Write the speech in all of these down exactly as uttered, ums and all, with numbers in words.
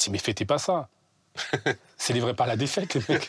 dis, mais fêtez pas ça. Célébrez pas la défaite, les mecs.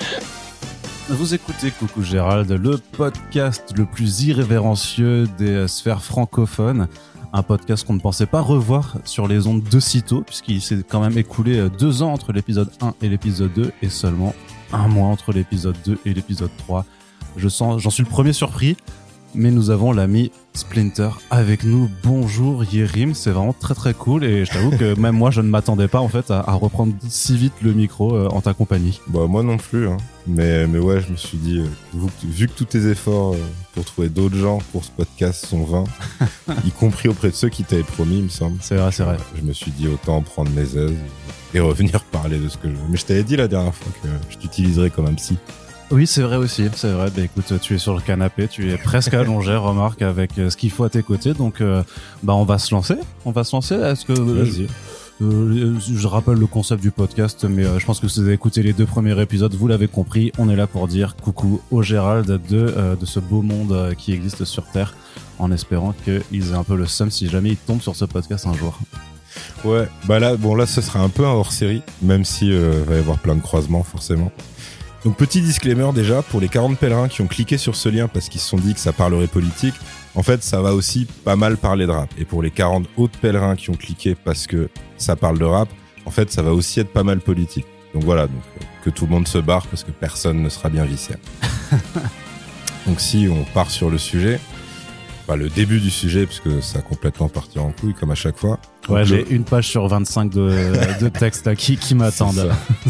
Vous écoutez Coucou Gérald, le podcast le plus irrévérencieux des sphères francophones. Un podcast qu'on ne pensait pas revoir sur les ondes de sitôt, puisqu'il s'est quand même écoulé deux ans entre l'épisode un et l'épisode deux, et seulement un mois entre l'épisode deux et l'épisode trois. Je sens, j'en suis le premier surpris, mais nous avons l'ami Splinter avec nous. Bonjour Yérim, c'est vraiment très très cool, et je t'avoue que même moi je ne m'attendais pas en fait à, à reprendre si vite le micro euh, en ta compagnie. Bah moi non plus, hein. mais, mais ouais, je me suis dit, euh, vu, vu que tous tes efforts euh, pour trouver d'autres gens pour ce podcast sont vains, y compris auprès de ceux qui t'avaient promis, il me semble. C'est vrai, c'est vrai. Je me suis dit autant prendre mes aises et revenir parler de ce que je veux. Mais je t'avais dit la dernière fois que je t'utiliserais comme un psy. Oui, c'est vrai aussi, c'est vrai. Bah écoute, tu es sur le canapé, tu es presque allongé, remarque, avec euh, ce qu'il faut à tes côtés. Donc, euh, bah on va se lancer. On va se lancer. Est-ce que Vas-y. euh, je rappelle le concept du podcast, mais euh, je pense que si vous avez écouté les deux premiers épisodes, vous l'avez compris. On est là pour dire coucou au Gérald de euh, de ce beau monde euh, qui existe sur Terre, en espérant qu'ils aient un peu le seum si jamais ils tombent sur ce podcast un jour. Ouais, bah là, bon là, ce sera un peu un hors-série, même si euh, va y avoir plein de croisements forcément. Donc petit disclaimer déjà, pour les quarante pèlerins qui ont cliqué sur ce lien parce qu'ils se sont dit que ça parlerait politique, en fait ça va aussi pas mal parler de rap. Et pour les quarante autres pèlerins qui ont cliqué parce que ça parle de rap, en fait ça va aussi être pas mal politique. Donc voilà, donc, euh, que tout le monde se barre parce que personne ne sera bien viscère. Donc si on part sur le sujet, enfin le début du sujet, parce que ça a complètement parti en couille comme à chaque fois. Ouais, Donc, j'ai le... une page sur vingt-cinq de, de textes là, qui, qui m'attendent.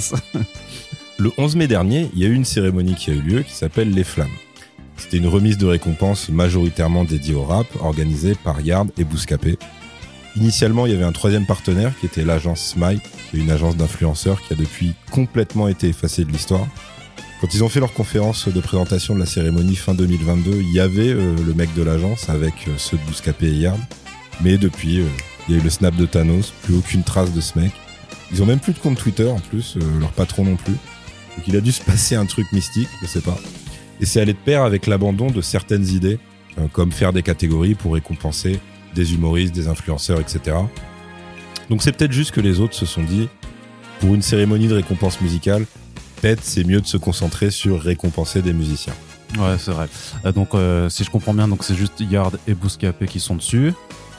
Le onze mai dernier, il y a eu une cérémonie qui a eu lieu qui s'appelle Les Flammes. C'était une remise de récompense majoritairement dédiée au rap, organisée par Yard et Bouscapé. Initialement, il y avait un troisième partenaire qui était l'agence Smile, qui est une agence d'influenceurs qui a depuis complètement été effacée de l'histoire. Quand ils ont fait leur conférence de présentation de la cérémonie fin deux mille vingt-deux, il y avait euh, le mec de l'agence avec euh, ceux de Bouscapé et Yard. Mais depuis, euh, il y a eu le snap de Thanos, plus aucune trace de ce mec. Ils ont même plus de compte Twitter en plus, euh, leur patron non plus. Donc il a dû se passer un truc mystique, je sais pas. Et c'est allé de pair avec l'abandon de certaines idées, euh, comme faire des catégories pour récompenser des humoristes, des influenceurs, et cetera. Donc c'est peut-être juste que les autres se sont dit, pour une cérémonie de récompense musicale, peut-être c'est mieux de se concentrer sur récompenser des musiciens. Ouais, c'est vrai. Euh, donc euh, si je comprends bien, donc c'est juste Yard et Bouscapé qui sont dessus.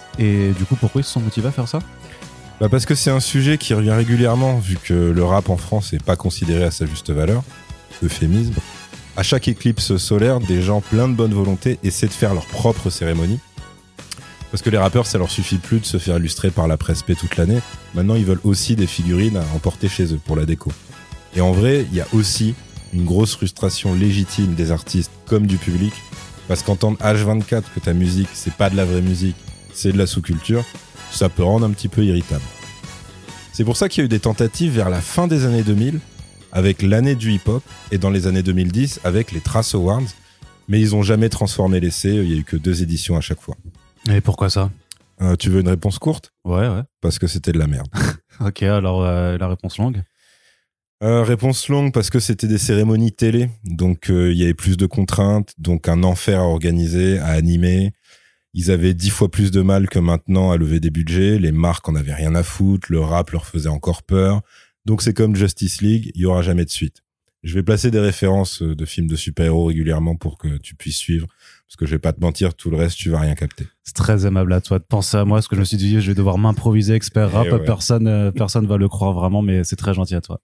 Et du coup, pourquoi ils se sont motivés à faire ça ? Bah parce que c'est un sujet qui revient régulièrement, vu que le rap en France n'est pas considéré à sa juste valeur. Euphémisme. À chaque éclipse solaire, des gens pleins de bonne volonté essaient de faire leur propre cérémonie. Parce que les rappeurs, ça leur suffit plus de se faire illustrer par la presse P toute l'année. Maintenant, ils veulent aussi des figurines à emporter chez eux pour la déco. Et en vrai, il y a aussi une grosse frustration légitime des artistes comme du public. Parce qu'entendre H vingt-quatre que ta musique, c'est pas de la vraie musique, c'est de la sous-culture, ça peut rendre un petit peu irritable. C'est pour ça qu'il y a eu des tentatives vers la fin des années deux mille, avec l'année du hip-hop, et dans les années deux mille dix, avec les Trace Awards, mais ils ont jamais transformé l'essai, il y a eu que deux éditions à chaque fois. Et pourquoi ça ? euh, Tu veux une réponse courte ? Ouais, ouais. Parce que c'était de la merde. Ok, alors euh, la réponse longue ? euh, Réponse longue, parce que c'était des cérémonies télé, donc euh, il y avait plus de contraintes, donc un enfer à organiser, à animer. Ils avaient dix fois plus de mal que maintenant à lever des budgets, les marques en avaient rien à foutre, le rap leur faisait encore peur. Donc c'est comme Justice League, il y aura jamais de suite. Je vais placer des références de films de super-héros régulièrement pour que tu puisses suivre, parce que je vais pas te mentir, tout le reste tu vas rien capter. C'est très aimable à toi de penser à moi, parce que je me suis dit je vais devoir m'improviser expert rap, ouais. personne euh, personne va le croire vraiment, mais c'est très gentil à toi.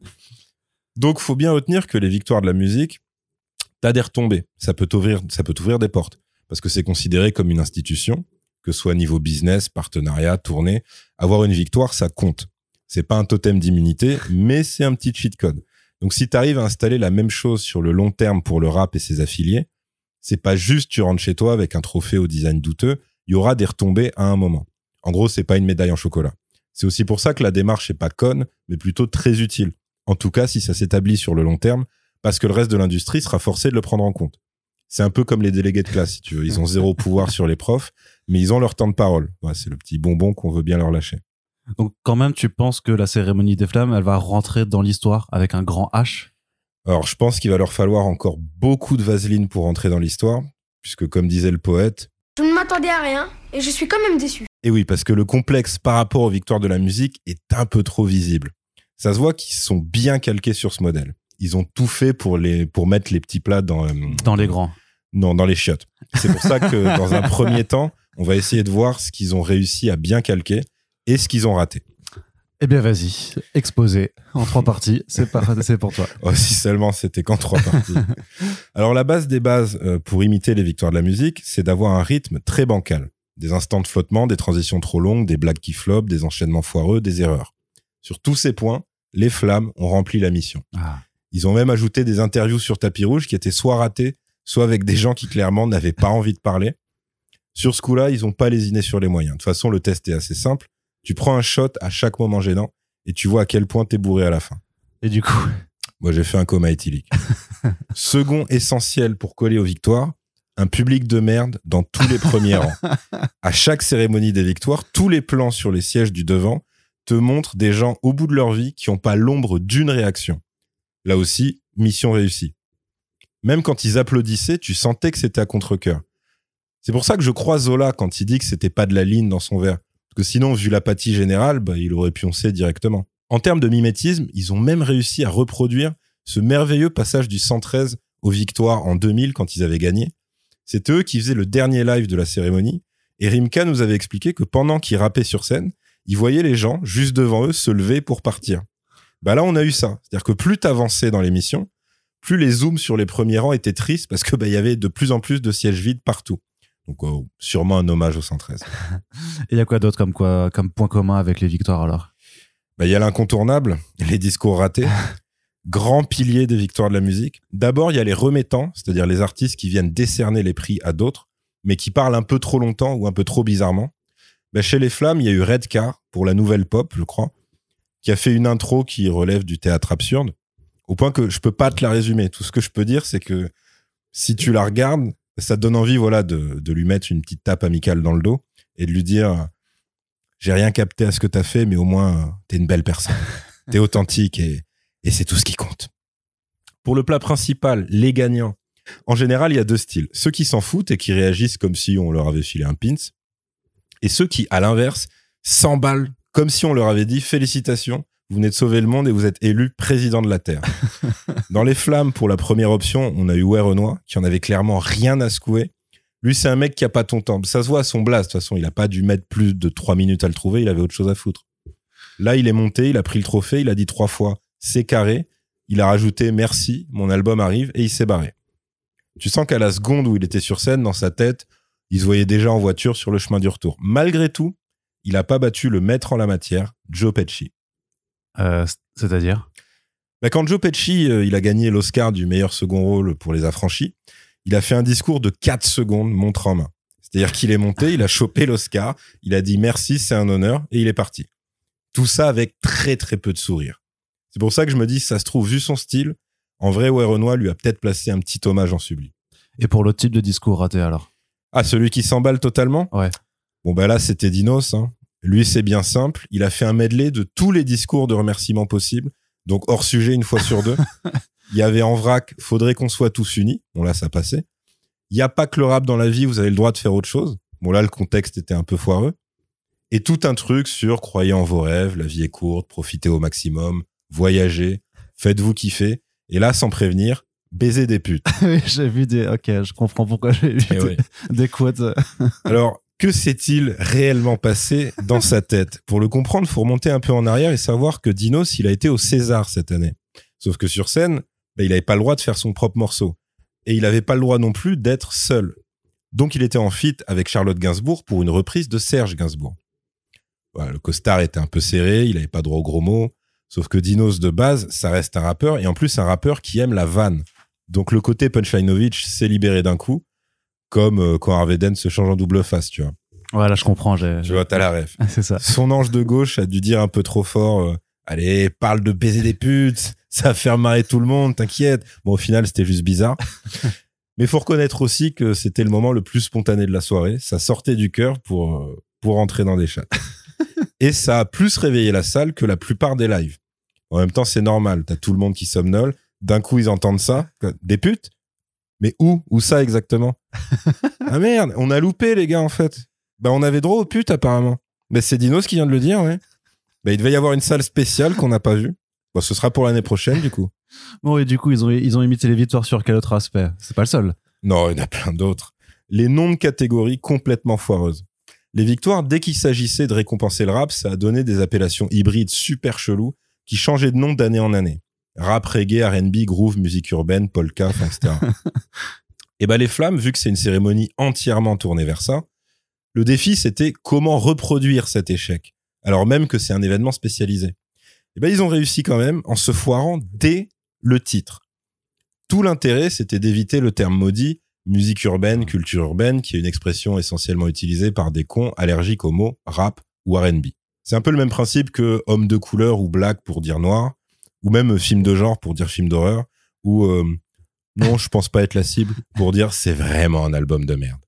Donc faut bien retenir que les victoires de la musique, t'as des retombées, ça peut t'ouvrir, ça peut t'ouvrir des portes. Parce que c'est considéré comme une institution, que ce soit niveau business, partenariat, tournée. Avoir une victoire, ça compte. C'est pas un totem d'immunité, mais c'est un petit cheat code. Donc si t'arrives à installer la même chose sur le long terme pour le rap et ses affiliés, c'est pas juste tu rentres chez toi avec un trophée au design douteux, il y aura des retombées à un moment. En gros, c'est pas une médaille en chocolat. C'est aussi pour ça que la démarche est pas conne, mais plutôt très utile. En tout cas, si ça s'établit sur le long terme, parce que le reste de l'industrie sera forcé de le prendre en compte. C'est un peu comme les délégués de classe, si tu veux. Ils ont zéro pouvoir sur les profs, mais ils ont leur temps de parole. Ouais, c'est le petit bonbon qu'on veut bien leur lâcher. Donc quand même, tu penses que la cérémonie des flammes, elle va rentrer dans l'histoire avec un grand H ? Alors, je pense qu'il va leur falloir encore beaucoup de vaseline pour rentrer dans l'histoire, puisque comme disait le poète... Je ne m'attendais à rien, et je suis quand même déçu. Et oui, parce que le complexe par rapport aux victoires de la musique est un peu trop visible. Ça se voit qu'ils sont bien calqués sur ce modèle. Ils ont tout fait pour, les, pour mettre les petits plats dans... Euh, dans les grands. Non, dans les chiottes. C'est pour ça que dans un premier temps, on va essayer de voir ce qu'ils ont réussi à bien calquer et ce qu'ils ont raté. Eh bien, vas-y, exposé en trois parties, c'est, par... c'est pour toi. Oh, si seulement c'était qu'en trois parties. Alors, la base des bases euh, pour imiter les victoires de la musique, c'est d'avoir un rythme très bancal. Des instants de flottement, des transitions trop longues, des blagues qui flopent, des enchaînements foireux, des erreurs. Sur tous ces points, les Flammes ont rempli la mission. Ah. Ils ont même ajouté des interviews sur tapis rouge qui étaient soit ratées, soit avec des gens qui clairement n'avaient pas envie de parler. Sur ce coup-là, ils n'ont pas lésiné sur les moyens. De toute façon, le test est assez simple. Tu prends un shot à chaque moment gênant et tu vois à quel point t'es bourré à la fin. Et du coup, moi, j'ai fait un coma éthylique. Second essentiel pour coller aux victoires, un public de merde dans tous les premiers rangs. À chaque cérémonie des victoires, tous les plans sur les sièges du devant te montrent des gens au bout de leur vie qui n'ont pas l'ombre d'une réaction. Là aussi, mission réussie. Même quand ils applaudissaient, tu sentais que c'était à contre-cœur. C'est pour ça que je crois Zola quand il dit que c'était pas de la ligne dans son verre. Parce que sinon, vu l'apathie générale, bah, il aurait pioncé directement. En termes de mimétisme, ils ont même réussi à reproduire ce merveilleux passage du cent treize aux victoires en deux mille quand ils avaient gagné. C'était eux qui faisaient le dernier live de la cérémonie. Et Rimka nous avait expliqué que pendant qu'ils rappaient sur scène, ils voyaient les gens juste devant eux se lever pour partir. Bah là, on a eu ça. C'est-à-dire que plus t'avançais dans l'émission, plus les zooms sur les premiers rangs étaient tristes parce que bah, y avait de plus en plus de sièges vides partout. Donc, oh, sûrement un hommage au cent treize. Et il y a quoi d'autre comme, quoi, comme point commun avec les victoires alors ? Bah, y a l'incontournable, les discours ratés, grand pilier des victoires de la musique. D'abord, il y a les remettants, c'est-à-dire les artistes qui viennent décerner les prix à d'autres, mais qui parlent un peu trop longtemps ou un peu trop bizarrement. Bah, chez les Flammes, il y a eu Redcar pour la nouvelle pop, je crois, qui a fait une intro qui relève du théâtre absurde, au point que je peux pas te la résumer. Tout ce que je peux dire, c'est que si tu la regardes, ça te donne envie, voilà, de, de lui mettre une petite tape amicale dans le dos et de lui dire « J'ai rien capté à ce que t'as fait, mais au moins, t'es une belle personne. T'es authentique et, et c'est tout ce qui compte. » Pour le plat principal, les gagnants, en général, il y a deux styles. Ceux qui s'en foutent et qui réagissent comme si on leur avait filé un pins, et ceux qui, à l'inverse, s'emballent comme si on leur avait dit « Félicitations, vous venez de sauver le monde et vous êtes élu président de la Terre. » Dans les Flammes, pour la première option, on a eu Ouais Renoir, qui en avait clairement rien à secouer. Lui, c'est un mec qui a pas ton temps. Ça se voit à son blast. De toute façon, il a pas dû mettre plus de trois minutes à le trouver. Il avait autre chose à foutre. Là, il est monté, il a pris le trophée, il a dit trois fois « C'est carré ». Il a rajouté « Merci, mon album arrive » et il s'est barré. Tu sens qu'à la seconde où il était sur scène, dans sa tête, il se voyait déjà en voiture sur le chemin du retour. Malgré tout, il a pas battu le maître en la matière, Joe Pesci. Euh, c'est-à-dire ? Bah, quand Joe Pesci euh, il a gagné l'Oscar du meilleur second rôle pour Les Affranchis, il a fait un discours de quatre secondes, montre en main. C'est-à-dire qu'il est monté, il a chopé l'Oscar, il a dit merci, c'est un honneur, et il est parti. Tout ça avec très très peu de sourire. C'est pour ça que je me dis, ça se trouve, vu son style, en vrai, Ouais Renoir lui a peut-être placé un petit hommage en sublime. Et pour l'autre type de discours raté alors ? Ah, celui qui s'emballe totalement ? Ouais. Bon, bah là, c'était Dinos, hein. Lui, c'est bien simple. Il a fait un medley de tous les discours de remerciements possibles. Donc, hors sujet, une fois sur deux. Il y avait en vrac, faudrait qu'on soit tous unis. Bon, là, ça passait. Il n'y a pas que le rap dans la vie, vous avez le droit de faire autre chose. Bon, là, le contexte était un peu foireux. Et tout un truc sur croyez en vos rêves, la vie est courte, profitez au maximum, voyagez, faites-vous kiffer. Et là, sans prévenir, baiser des putes. Oui, j'ai vu des... Ok, je comprends pourquoi j'ai vu Et des, oui. des quotes. Alors, que s'est-il réellement passé dans sa tête ? Pour le comprendre, il faut remonter un peu en arrière et savoir que Dinos, il a été au César cette année. Sauf que sur scène, bah, il n'avait pas le droit de faire son propre morceau. Et il n'avait pas le droit non plus d'être seul. Donc, il était en feat avec Charlotte Gainsbourg pour une reprise de Serge Gainsbourg. Voilà, le costard était un peu serré, il n'avait pas droit aux gros mots. Sauf que Dinos, de base, ça reste un rappeur, et en plus, un rappeur qui aime la vanne. Donc, le côté Punchlinovich s'est libéré d'un coup, comme euh, quand Harvey Dent se change en double face, tu vois. Ouais, là, je comprends. J'ai... Tu vois, t'as la ref. C'est ça. Son ange de gauche a dû dire un peu trop fort euh, « Allez, parle de baiser des putes, ça va faire marrer tout le monde, t'inquiète. » Bon, au final, c'était juste bizarre. Mais faut reconnaître aussi que c'était le moment le plus spontané de la soirée. Ça sortait du cœur pour, euh, pour rentrer dans des chats. Et ça a plus réveillé la salle que la plupart des lives. En même temps, c'est normal. T'as tout le monde qui somnole. D'un coup, ils entendent ça. Des putes ? Mais où ? Où ça exactement ? Ah merde, on a loupé les gars en fait. Bah on avait droit aux putes apparemment. Bah c'est Dinos qui vient de le dire, ouais. Bah il devait y avoir une salle spéciale qu'on n'a pas vue. Bon, ce sera pour l'année prochaine, du coup. Bon, et du coup, ils ont, ils ont imité les victoires sur quel autre aspect? C'est pas le seul. Non, il y en a plein d'autres. Les noms de catégories complètement foireuses. Les victoires, dès qu'il s'agissait de récompenser le rap, ça a donné des appellations hybrides super cheloues qui changeaient de nom d'année en année. Rap, reggae, R and B, groove, musique urbaine, polka, et cetera. Et ben les Flammes, vu que c'est une cérémonie entièrement tournée vers ça, le défi c'était comment reproduire cet échec, alors même que c'est un événement spécialisé. Et ben ils ont réussi quand même en se foirant dès le titre. Tout l'intérêt c'était d'éviter le terme maudit musique urbaine, culture urbaine, qui est une expression essentiellement utilisée par des cons allergiques aux mots rap ou R and B. C'est un peu le même principe que homme de couleur ou black pour dire noir, ou même film de genre pour dire film d'horreur, ou euh, non, je pense pas être la cible pour dire c'est vraiment un album de merde.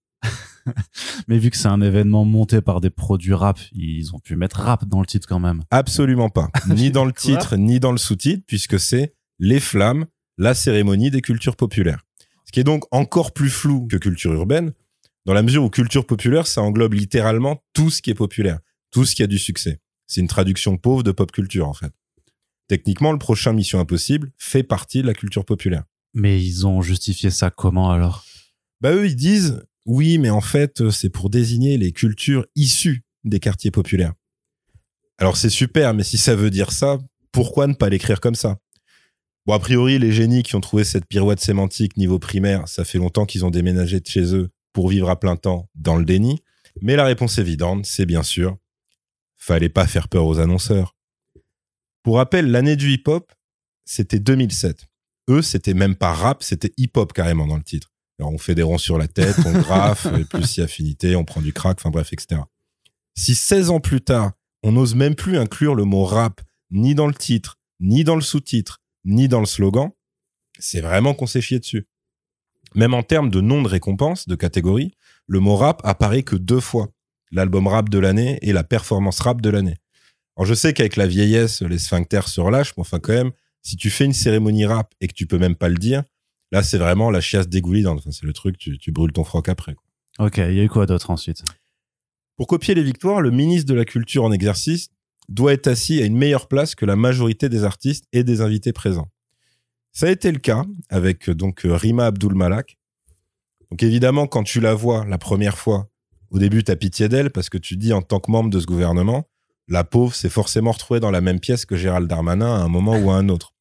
Mais vu que c'est un événement monté par des produits rap, ils ont pu mettre rap dans le titre quand même. Absolument pas. Ni dans le titre, ni dans le sous-titre, puisque c'est Les Flammes, la cérémonie des cultures populaires. Ce qui est donc encore plus flou que culture urbaine, dans la mesure où culture populaire, ça englobe littéralement tout ce qui est populaire, tout ce qui a du succès. C'est une traduction pauvre de pop culture, en fait. Techniquement, le prochain Mission Impossible fait partie de la culture populaire. Mais ils ont justifié ça comment alors? Bah eux, ils disent, oui, mais en fait, c'est pour désigner les cultures issues des quartiers populaires. Alors c'est super, mais si ça veut dire ça, pourquoi ne pas l'écrire comme ça? Bon, a priori, les génies qui ont trouvé cette pirouette sémantique niveau primaire, ça fait longtemps qu'ils ont déménagé de chez eux pour vivre à plein temps dans le déni. Mais la réponse évidente, c'est bien sûr, fallait pas faire peur aux annonceurs. Pour rappel, l'année du hip-hop, c'était deux mille sept. Eux, c'était même pas rap, c'était hip-hop carrément dans le titre. Alors, on fait des ronds sur la tête, on graffe, et plus si affinité, on prend du crack, enfin bref, et cetera. Si seize ans plus tard, on n'ose même plus inclure le mot rap, ni dans le titre, ni dans le sous-titre, ni dans le slogan, c'est vraiment qu'on s'est chié dessus. Même en termes de nom de récompense, de catégorie, le mot rap apparaît que deux fois. L'album rap de l'année et la performance rap de l'année. Alors je sais qu'avec la vieillesse, les sphincters se relâchent, mais enfin quand même, si tu fais une cérémonie rap et que tu peux même pas le dire, là c'est vraiment la chiasse dégoulinante. Enfin, c'est le truc, tu, tu brûles ton froc après, quoi. Ok, il y a eu quoi d'autre ensuite? Pour copier les victoires, le ministre de la Culture en exercice doit être assis à une meilleure place que la majorité des artistes et des invités présents. Ça a été le cas avec donc Rima Abdul Malak. Donc évidemment, quand tu la vois la première fois, au début, t'as pitié d'elle parce que tu te dis en tant que membre de ce gouvernement, la pauvre s'est forcément retrouvée dans la même pièce que Gérald Darmanin à un moment ou à un autre.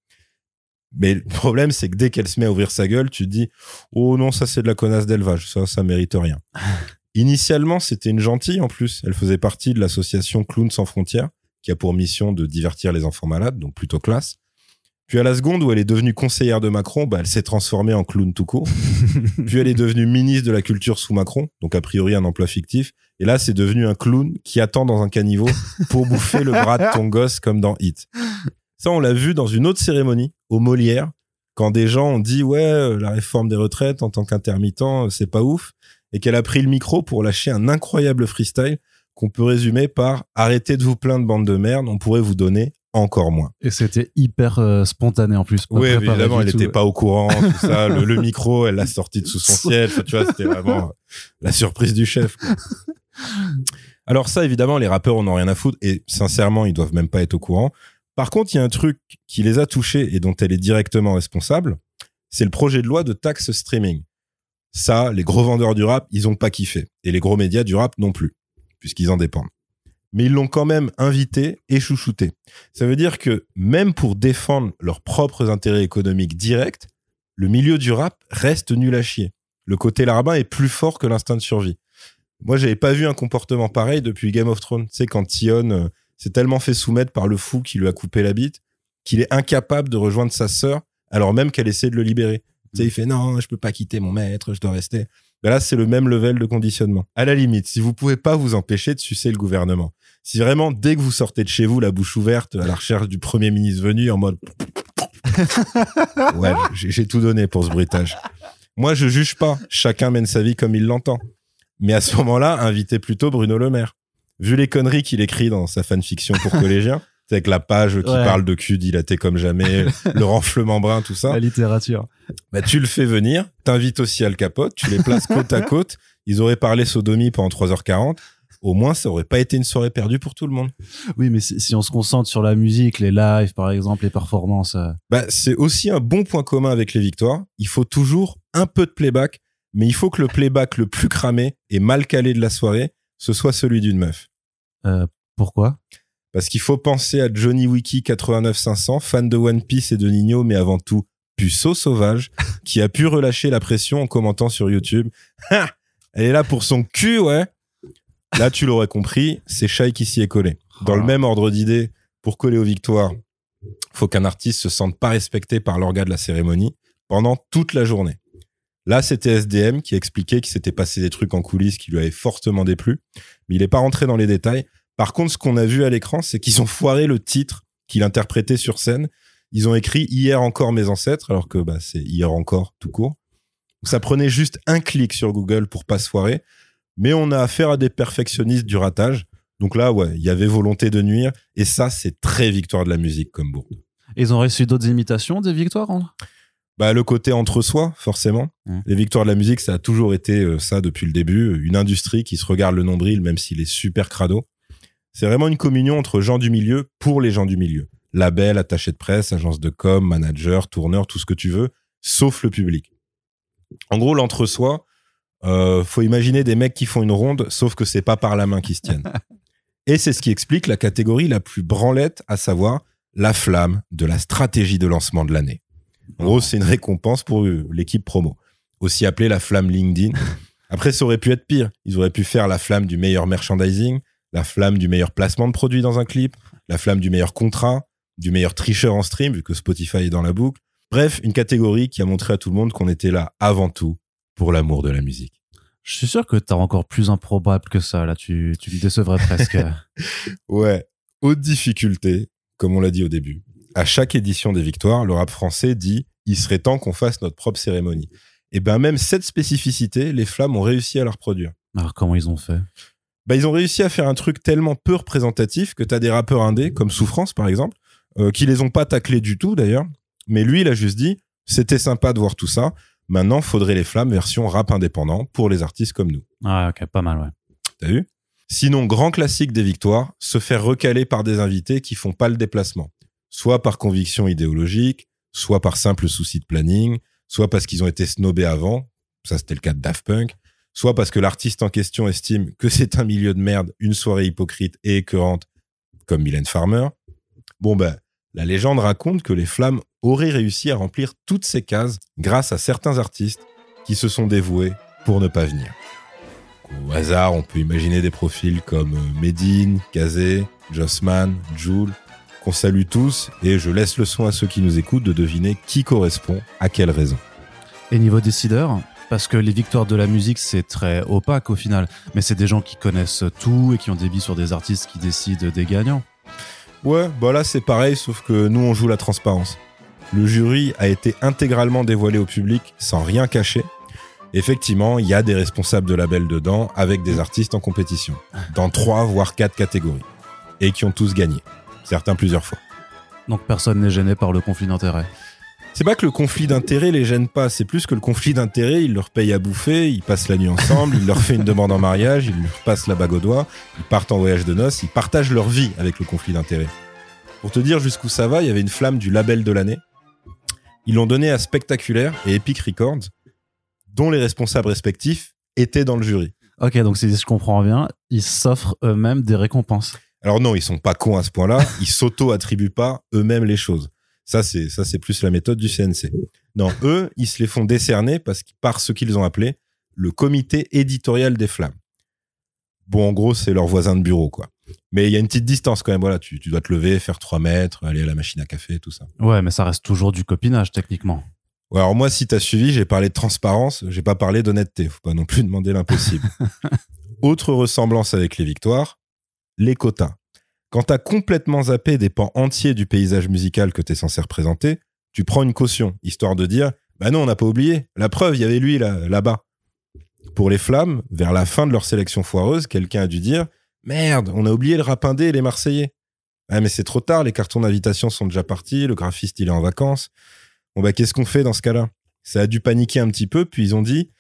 Mais le problème, c'est que dès qu'elle se met à ouvrir sa gueule, tu te dis « Oh non, ça c'est de la connasse d'élevage, ça, ça mérite rien. » Initialement, c'était une gentille en plus. Elle faisait partie de l'association Clowns sans frontières, qui a pour mission de divertir les enfants malades, donc plutôt classe. Puis à la seconde où elle est devenue conseillère de Macron, bah elle s'est transformée en clown tout court. Puis elle est devenue ministre de la Culture sous Macron, donc a priori un emploi fictif. Et là, c'est devenu un clown qui attend dans un caniveau pour bouffer le bras de ton gosse comme dans Hit. Ça, on l'a vu dans une autre cérémonie, au Molière, quand des gens ont dit « Ouais, la réforme des retraites en tant qu'intermittent, c'est pas ouf », et qu'elle a pris le micro pour lâcher un incroyable freestyle qu'on peut résumer par « Arrêtez de vous plaindre, bande de merde, on pourrait vous donner encore moins ». Et c'était hyper euh, spontané en plus. Oui, évidemment, elle n'était pas au courant, tout ça. Le, le micro, elle l'a sorti de sous son siège. Enfin, tu vois, c'était vraiment la surprise du chef, quoi. Alors ça, évidemment, les rappeurs en ont rien à foutre et sincèrement, ils doivent même pas être au courant. Par contre, il y a un truc qui les a touchés et dont elle est directement responsable, c'est le projet de loi de taxe streaming. Ça, les gros vendeurs du rap, ils ont pas kiffé. Et les gros médias du rap non plus, puisqu'ils en dépendent. Mais ils l'ont quand même invité et chouchouté. Ça veut dire que même pour défendre leurs propres intérêts économiques directs, le milieu du rap reste nul à chier. Le côté larbin est plus fort que l'instinct de survie. Moi, j'avais pas vu un comportement pareil depuis Game of Thrones. Tu sais, quand Tion euh, s'est tellement fait soumettre par le fou qui lui a coupé la bite, qu'il est incapable de rejoindre sa sœur, alors même qu'elle essaie de le libérer. Tu sais, il fait non, je peux pas quitter mon maître, je dois rester. Ben là, c'est le même level de conditionnement. À la limite, si vous pouvez pas vous empêcher de sucer le gouvernement, si vraiment, dès que vous sortez de chez vous, la bouche ouverte, à la recherche du premier ministre venu, en mode ouais, j'ai, j'ai tout donné pour ce bruitage. Moi, je juge pas. Chacun mène sa vie comme il l'entend. Mais à ce moment-là, invitez plutôt Bruno Le Maire. Vu les conneries qu'il écrit dans sa fanfiction pour collégiens, c'est avec la page qui ouais. parle de cul dilaté comme jamais, le renflement brun, tout ça. La littérature. Bah, tu le fais venir, t'invites aussi Al Capote, tu les places côte à côte. Ils auraient parlé sodomie pendant trois heures quarante. au moins ça aurait pas été une soirée perdue pour tout le monde. Oui, mais si, si on se concentre sur la musique, les lives par exemple, les performances... Euh... Bah, c'est aussi un bon point commun avec les victoires. Il faut toujours un peu de playback, mais il faut que le playback le plus cramé et mal calé de la soirée, ce soit celui d'une meuf. Euh, pourquoi ? Parce qu'il faut penser à Johnny Wiki quatre-vingt-neuf cinq cents, fan de One Piece et de Nino, mais avant tout, puceau sauvage, qui a pu relâcher la pression en commentant sur YouTube. Ha ! Elle est là pour son cul, ouais. Là, tu l'aurais compris, c'est Shai qui s'y est collé. Dans le même ordre d'idée, pour coller aux victoires, faut qu'un artiste se sente pas respecté par l'orga de la cérémonie pendant toute la journée. Là, c'était S D M qui expliquait qu'il s'était passé des trucs en coulisses qui lui avaient fortement déplu, mais il est pas rentré dans les détails. Par contre, ce qu'on a vu à l'écran, c'est qu'ils ont foiré le titre qu'il interprétait sur scène. Ils ont écrit « Hier encore mes ancêtres », alors que bah, c'est « Hier encore » tout court. Ça prenait juste un clic sur Google pour pas se foirer, mais on a affaire à des perfectionnistes du ratage. Donc là, ouais, il y avait volonté de nuire, et ça, c'est très victoire de la musique comme bourde. Ils ont reçu d'autres imitations des victoires hein Bah, le côté entre soi, forcément. Mmh. Les victoires de la musique, ça a toujours été euh, ça depuis le début. Une industrie qui se regarde le nombril, même s'il est super crado. C'est vraiment une communion entre gens du milieu pour les gens du milieu. Label, attaché de presse, agence de com, manager, tourneur, tout ce que tu veux, sauf le public. En gros, l'entre-soi, euh, faut imaginer des mecs qui font une ronde, sauf que c'est pas par la main qu'ils se tiennent. Et c'est ce qui explique la catégorie la plus branlette, à savoir la flamme de la stratégie de lancement de l'année. En gros, c'est une récompense pour l'équipe promo, aussi appelée la flamme LinkedIn. Après, ça aurait pu être pire. Ils auraient pu faire la flamme du meilleur merchandising, la flamme du meilleur placement de produit dans un clip, la flamme du meilleur contrat, du meilleur tricheur en stream, vu que Spotify est dans la boucle. Bref, une catégorie qui a montré à tout le monde qu'on était là avant tout pour l'amour de la musique. Je suis sûr que t'as encore plus improbable que ça. Là, tu, tu me décevrais presque. Ouais. Haute difficulté, comme on l'a dit au début. À chaque édition des victoires, le rap français dit « Il serait temps qu'on fasse notre propre cérémonie ». Et ben même cette spécificité, les Flammes ont réussi à la reproduire. Alors comment ils ont fait ? Bah, ils ont réussi à faire un truc tellement peu représentatif que t'as des rappeurs indés, comme Souffrance par exemple, euh, qui les ont pas taclés du tout d'ailleurs. Mais lui, il a juste dit « C'était sympa de voir tout ça. Maintenant, faudrait les Flammes version rap indépendant pour les artistes comme nous. » Ah ok, pas mal, ouais. T'as vu ? Sinon, grand classique des victoires, se faire recaler par des invités qui font pas le déplacement. Soit par conviction idéologique, soit par simple souci de planning, soit parce qu'ils ont été snobés avant, ça c'était le cas de Daft Punk, soit parce que l'artiste en question estime que c'est un milieu de merde, une soirée hypocrite et écœurante, comme Mylène Farmer. Bon ben, la légende raconte que les Flammes auraient réussi à remplir toutes ces cases grâce à certains artistes qui se sont dévoués pour ne pas venir. Au hasard, on peut imaginer des profils comme Medine, Kazé, Jossman, Jul, qu'on salue tous, et je laisse le soin à ceux qui nous écoutent de deviner qui correspond à quelle raison. Et niveau décideur, parce que les victoires de la musique, c'est très opaque au final, mais c'est des gens qui connaissent tout et qui ont des billes sur des artistes qui décident des gagnants. Ouais, bah là c'est pareil, sauf que nous on joue la transparence. Le jury a été intégralement dévoilé au public sans rien cacher. Effectivement, il y a des responsables de label dedans avec des artistes en compétition, dans trois voire quatre catégories, et qui ont tous gagné. Certains plusieurs fois. Donc personne n'est gêné par le conflit d'intérêts. C'est pas que le conflit d'intérêts les gêne pas, c'est plus que le conflit d'intérêts, il leur paye à bouffer, ils passent la nuit ensemble, il leur fait une demande en mariage, il leur passe la bague au doigt, ils partent en voyage de noces, ils partagent leur vie avec le conflit d'intérêts. Pour te dire jusqu'où ça va, il y avait une flamme du label de l'année. Ils l'ont donné à Spectaculaire et Epic Records, dont les responsables respectifs étaient dans le jury. Ok, donc si je comprends bien, ils s'offrent eux-mêmes des récompenses. Alors non, ils sont pas cons à ce point-là, ils s'auto-attribuent pas eux-mêmes les choses. Ça, c'est, ça, c'est plus la méthode du C N C. Non, eux, ils se les font décerner parce, par ce qu'ils ont appelé le comité éditorial des Flammes. Bon, en gros, c'est leur voisin de bureau, quoi. Mais il y a une petite distance quand même, voilà, tu, tu dois te lever, faire trois mètres, aller à la machine à café, tout ça. Ouais, mais ça reste toujours du copinage, techniquement. Ouais, alors moi, si t'as suivi, j'ai parlé de transparence, j'ai pas parlé d'honnêteté. Faut pas non plus demander l'impossible. Autre ressemblance avec les victoires, les quotas. Quand t'as complètement zappé des pans entiers du paysage musical que t'es censé représenter, tu prends une caution, histoire de dire « Bah non, on n'a pas oublié. La preuve, il y avait lui là, là-bas. » Pour les Flammes, vers la fin de leur sélection foireuse, quelqu'un a dû dire « Merde, on a oublié le rap indé et les Marseillais. » Ah mais c'est trop tard, les cartons d'invitation sont déjà partis, le graphiste il est en vacances. Bon bah qu'est-ce qu'on fait dans ce cas-là ? Ça a dû paniquer un petit peu, puis ils ont dit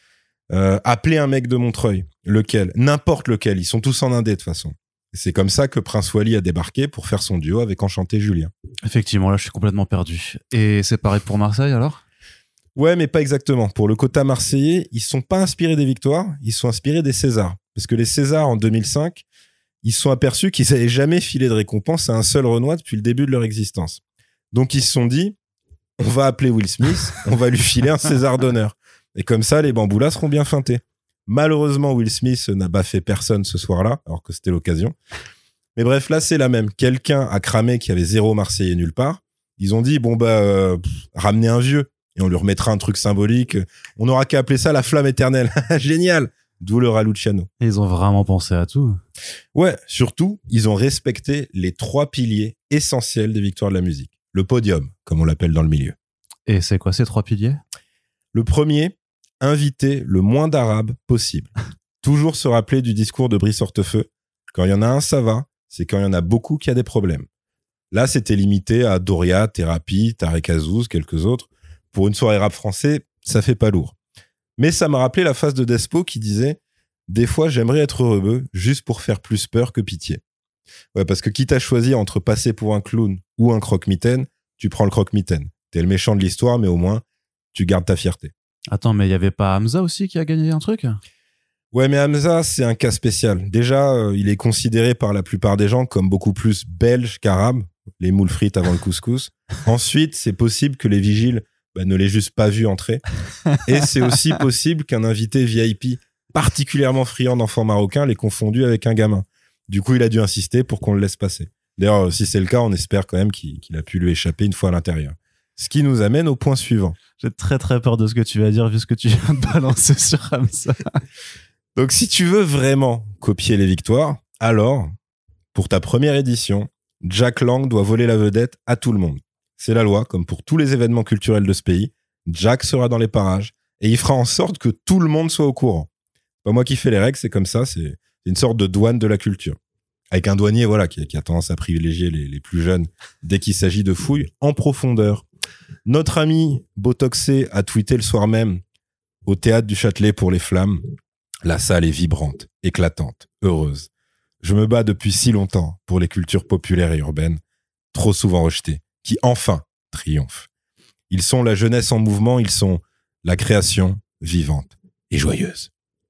Euh, appelez un mec de Montreuil. Lequel ? N'importe lequel. Ils sont tous en indé de toute façon. Et c'est comme ça que Prince Wally a débarqué pour faire son duo avec Enchanté Julien. Effectivement, là, je suis complètement perdu. Et c'est pareil pour Marseille, alors ? Ouais, mais pas exactement. Pour le quota marseillais, ils sont pas inspirés des victoires, ils sont inspirés des Césars. Parce que les Césars, en deux mille cinq, ils se sont aperçus qu'ils n'avaient jamais filé de récompense à un seul Renois depuis le début de leur existence. Donc, ils se sont dit, on va appeler Will Smith, on va lui filer un César d'honneur. Et comme ça, les bamboulas seront bien feintés. Malheureusement, Will Smith n'a baffé personne ce soir-là, alors que c'était l'occasion. Mais bref, là, c'est la même. Quelqu'un a cramé qu'il y avait zéro Marseillais nulle part. Ils ont dit, bon, bah, euh, pff, ramenez un vieux. Et on lui remettra un truc symbolique. On n'aura qu'à appeler ça la flamme éternelle. Génial. D'où le Raluciano. Et ils ont vraiment pensé à tout. Ouais, surtout, ils ont respecté les trois piliers essentiels des victoires de la musique. Le podium, comme on l'appelle dans le milieu. Et c'est quoi ces trois piliers ? Le premier, inviter le moins d'arabes possible. Toujours se rappeler du discours de Brice Hortefeux. Quand il y en a un, ça va. C'est quand il y en a beaucoup qu'il y a des problèmes. Là, c'était limité à Doria, Thérapie, Tarek Azouz, quelques autres. Pour une soirée rap français, ça fait pas lourd. Mais ça m'a rappelé la phrase de Despo qui disait « Des fois, j'aimerais être rebeu juste pour faire plus peur que pitié. » Ouais, parce que quitte à choisir entre passer pour un clown ou un croque-mitaine, tu prends le croque-mitaine. T'es le méchant de l'histoire, mais au moins, tu gardes ta fierté. Attends, mais il y avait pas Hamza aussi qui a gagné un truc ? Ouais, mais Hamza, c'est un cas spécial. Déjà, euh, il est considéré par la plupart des gens comme beaucoup plus belge qu'arabe, les moules frites avant le couscous. Ensuite, c'est possible que les vigiles bah, ne l'aient juste pas vu entrer. Et c'est aussi possible qu'un invité V I P particulièrement friand d'enfants marocains l'ait confondu avec un gamin. Du coup, il a dû insister pour qu'on le laisse passer. D'ailleurs, si c'est le cas, on espère quand même qu'il, qu'il a pu lui échapper une fois à l'intérieur. Ce qui nous amène au point suivant. J'ai très très peur de ce que tu vas dire vu ce que tu viens de balancer sur Hamza. Donc, si tu veux vraiment copier les victoires, alors, pour ta première édition, Jack Lang doit voler la vedette à tout le monde. C'est la loi, comme pour tous les événements culturels de ce pays. Jack sera dans les parages et il fera en sorte que tout le monde soit au courant. Pas moi qui fais les règles, c'est comme ça, c'est une sorte de douane de la culture. Avec un douanier, voilà, qui, qui a tendance à privilégier les, les plus jeunes dès qu'il s'agit de fouilles en profondeur. Notre ami Botoxé a tweeté le soir même au théâtre du Châtelet pour les Flammes. La salle est vibrante, éclatante, heureuse. Je me bats depuis si longtemps pour les cultures populaires et urbaines, trop souvent rejetées, qui enfin triomphent. Ils sont la jeunesse en mouvement, ils sont la création vivante et joyeuse.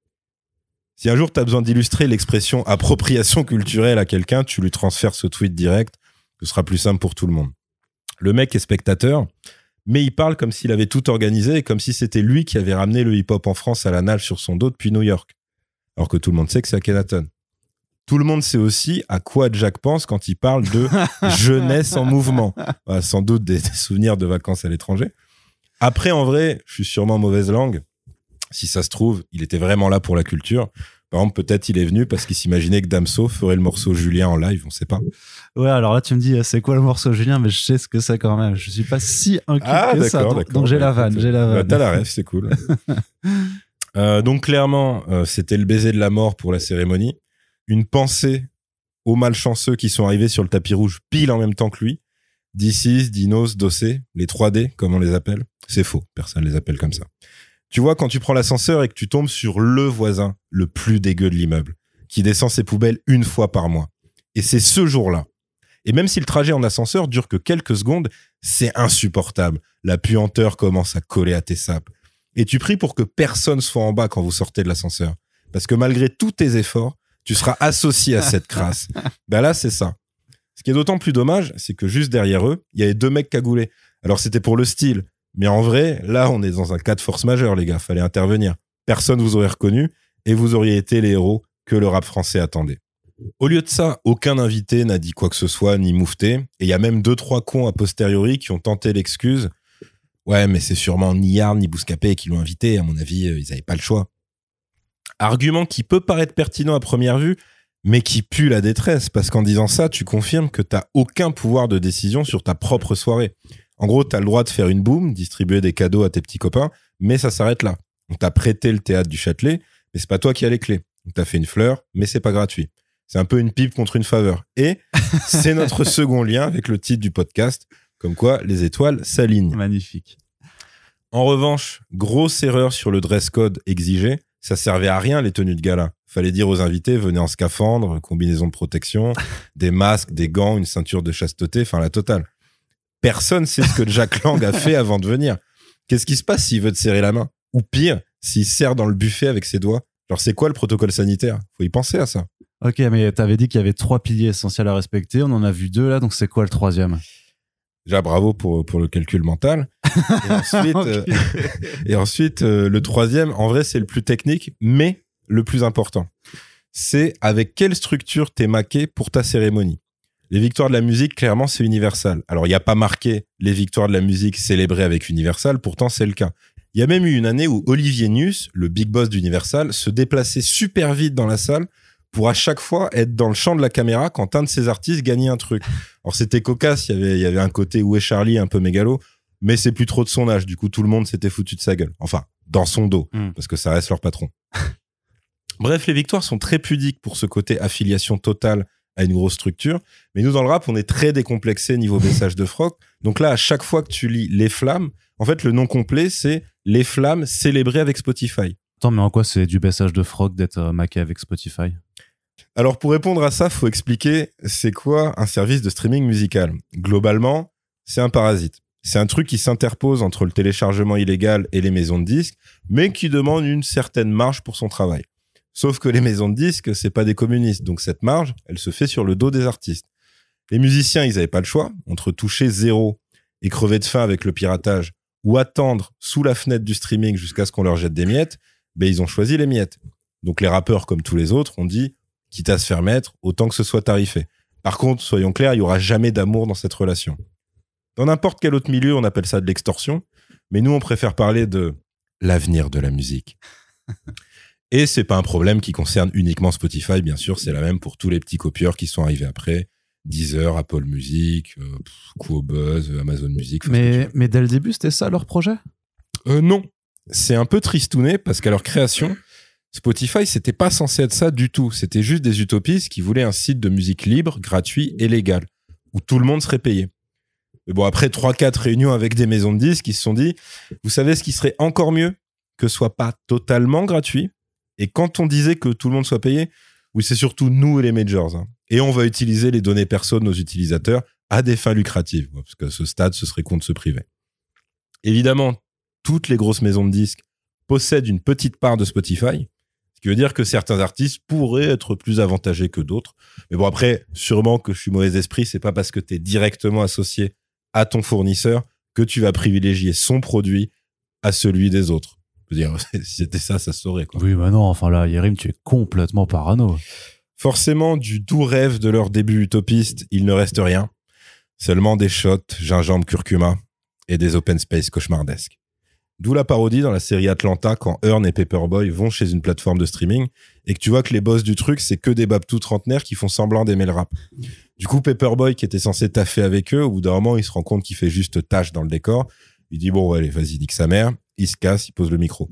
Si un jour tu as besoin d'illustrer l'expression appropriation culturelle à quelqu'un, tu lui transfères ce tweet direct, ce sera plus simple pour tout le monde. Le mec est spectateur, mais il parle comme s'il avait tout organisé et comme si c'était lui qui avait ramené le hip-hop en France à la nage sur son dos depuis New York. Alors que tout le monde sait que c'est Akhenaton. Tout le monde sait aussi à quoi Jack pense quand il parle de jeunesse en mouvement. Voilà, sans doute des, des souvenirs de vacances à l'étranger. Après, en vrai, je suis sûrement mauvaise langue. Si ça se trouve, il était vraiment là pour la culture. Par exemple, peut-être il est venu parce qu'il s'imaginait que Damso ferait le morceau Julien en live, on sait pas. Ouais, alors là, tu me dis, c'est quoi le morceau Julien? Mais je sais ce que c'est quand même. Je suis pas si inquiet ah, que ça. Donc, d'accord. donc j'ai la vanne, j'ai la vanne. Bah, t'as la ref, c'est cool. euh, donc clairement, euh, c'était le baiser de la mort pour la cérémonie. Une pensée aux malchanceux qui sont arrivés sur le tapis rouge pile en même temps que lui. D six, Dinos, Dossé, les trois D, comme on les appelle. C'est faux, personne les appelle comme ça. Tu vois, quand tu prends l'ascenseur et que tu tombes sur le voisin le plus dégueu de l'immeuble, qui descend ses poubelles une fois par mois. Et c'est ce jour-là. Et même si le trajet en ascenseur dure que quelques secondes, c'est insupportable. La puanteur commence à coller à tes sapes. Et tu pries pour que personne soit en bas quand vous sortez de l'ascenseur. Parce que malgré tous tes efforts, tu seras associé à cette crasse. Ben là, c'est ça. Ce qui est d'autant plus dommage, c'est que juste derrière eux, il y avait deux mecs cagoulés. Alors c'était pour le style. Mais en vrai, là, on est dans un cas de force majeure, les gars. Fallait intervenir. Personne vous aurait reconnu et vous auriez été les héros que le rap français attendait. Au lieu de ça, aucun invité n'a dit quoi que ce soit, ni moufté. Et il y a même deux, trois cons a posteriori qui ont tenté l'excuse. Ouais, mais c'est sûrement ni Yard, ni Bouscapé qui l'ont invité. À mon avis, ils n'avaient pas le choix. Argument qui peut paraître pertinent à première vue, mais qui pue la détresse. Parce qu'en disant ça, tu confirmes que t'as aucun pouvoir de décision sur ta propre soirée. En gros, t'as le droit de faire une boum, distribuer des cadeaux à tes petits copains, mais ça s'arrête là. On t'a prêté le théâtre du Châtelet, mais c'est pas toi qui as les clés. On t'a fait une fleur, mais c'est pas gratuit. C'est un peu une pipe contre une faveur. Et c'est notre second lien avec le titre du podcast, comme quoi les étoiles s'alignent. Magnifique. En revanche, grosse erreur sur le dress code exigé. ça servait à rien les tenues de gala. Fallait dire aux invités, venez en scaphandre, combinaison de protection, des masques, des gants, une ceinture de chasteté, enfin la totale. Personne sait ce que Jack Lang a fait avant de venir. Qu'est-ce qui se passe s'il veut te serrer la main? Ou pire, s'il serre dans le buffet avec ses doigts? Genre, c'est quoi le protocole sanitaire? Faut y penser à ça. Ok, mais t'avais dit qu'il y avait trois piliers essentiels à respecter. On en a vu deux là, donc c'est quoi le troisième? Déjà, bravo pour, pour le calcul mental. Et ensuite, okay. euh, et ensuite euh, le troisième, en vrai, c'est le plus technique, mais le plus important. C'est avec quelle structure t'es maqué pour ta cérémonie. Les victoires de la musique, clairement, c'est Universal. Alors, il n'y a pas marqué les victoires de la musique célébrées avec Universal, pourtant, c'est le cas. Il y a même eu une année où Olivier Nuss, le big boss d'Universal, se déplaçait super vite dans la salle pour à chaque fois être dans le champ de la caméra quand un de ses artistes gagnait un truc. Alors, c'était cocasse, il y avait, il y avait un côté où est Charlie un peu mégalo, mais c'est plus trop de son âge. Du coup, tout le monde s'était foutu de sa gueule. Enfin, dans son dos, mmh. parce que ça reste leur patron. Bref, les victoires sont très pudiques pour ce côté affiliation totale à une grosse structure. Mais nous, dans le rap, on est très décomplexé niveau message de froc. Donc là, à chaque fois que tu lis Les Flammes, en fait, le nom complet, c'est Les Flammes célébrées avec Spotify. Attends, mais en quoi c'est du baissage de froc d'être euh, maqué avec Spotify? Alors, pour répondre à ça, faut expliquer c'est quoi un service de streaming musical. Globalement, c'est un parasite. C'est un truc qui s'interpose entre le téléchargement illégal et les maisons de disques, mais qui demande une certaine marge pour son travail. Sauf que les maisons de disques, c'est pas des communistes. Donc cette marge, elle se fait sur le dos des artistes. Les musiciens, ils avaient pas le choix entre toucher zéro et crever de faim avec le piratage ou attendre sous la fenêtre du streaming jusqu'à ce qu'on leur jette des miettes. Ben, ils ont choisi les miettes. Donc les rappeurs, comme tous les autres, ont dit, quitte à se faire mettre, autant que ce soit tarifé. Par contre, soyons clairs, il y aura jamais d'amour dans cette relation. Dans n'importe quel autre milieu, on appelle ça de l'extorsion. Mais nous, on préfère parler de l'avenir de la musique. Et c'est pas un problème qui concerne uniquement Spotify, bien sûr, c'est la même pour tous les petits copieurs qui sont arrivés après. Deezer, Apple Music, euh, Qobuz, Amazon Music. Mais, mais dès le début, c'était ça leur projet? euh, Non. C'est un peu tristouné parce qu'à leur création, Spotify, c'était pas censé être ça du tout. C'était juste des utopistes qui voulaient un site de musique libre, gratuit et légal, où tout le monde serait payé. Mais bon, après trois quatre réunions avec des maisons de disques, ils se sont dit, vous savez ce qui serait encore mieux? Que ce soit pas totalement gratuit. Et quand on disait que tout le monde soit payé, oui, c'est surtout nous et les majors. Hein. Et on va utiliser les données perso de nos utilisateurs à des fins lucratives. Parce qu'à ce stade, ce serait con de se priver. Évidemment, toutes les grosses maisons de disques possèdent une petite part de Spotify. Ce qui veut dire que certains artistes pourraient être plus avantagés que d'autres. Mais bon, après, sûrement que je suis mauvais esprit, c'est pas parce que tu es directement associé à ton fournisseur que tu vas privilégier son produit à celui des autres. Je veux dire, si c'était ça, ça se saurait, quoi. Oui, bah non, enfin là, Yerim, tu es complètement parano. Forcément, du doux rêve de leur début utopiste, il ne reste rien. Seulement des shots, gingembre, curcuma et des open space cauchemardesques. D'où la parodie dans la série Atlanta quand Earn et Paperboy vont chez une plateforme de streaming et que tu vois que les boss du truc, c'est que des babtous trentenaires qui font semblant d'aimer le rap. Du coup, Paperboy, qui était censé taffer avec eux, au bout d'un moment, il se rend compte qu'il fait juste tâche dans le décor. Il dit, bon, allez, vas-y, nique sa mère. Il se casse, il pose le micro.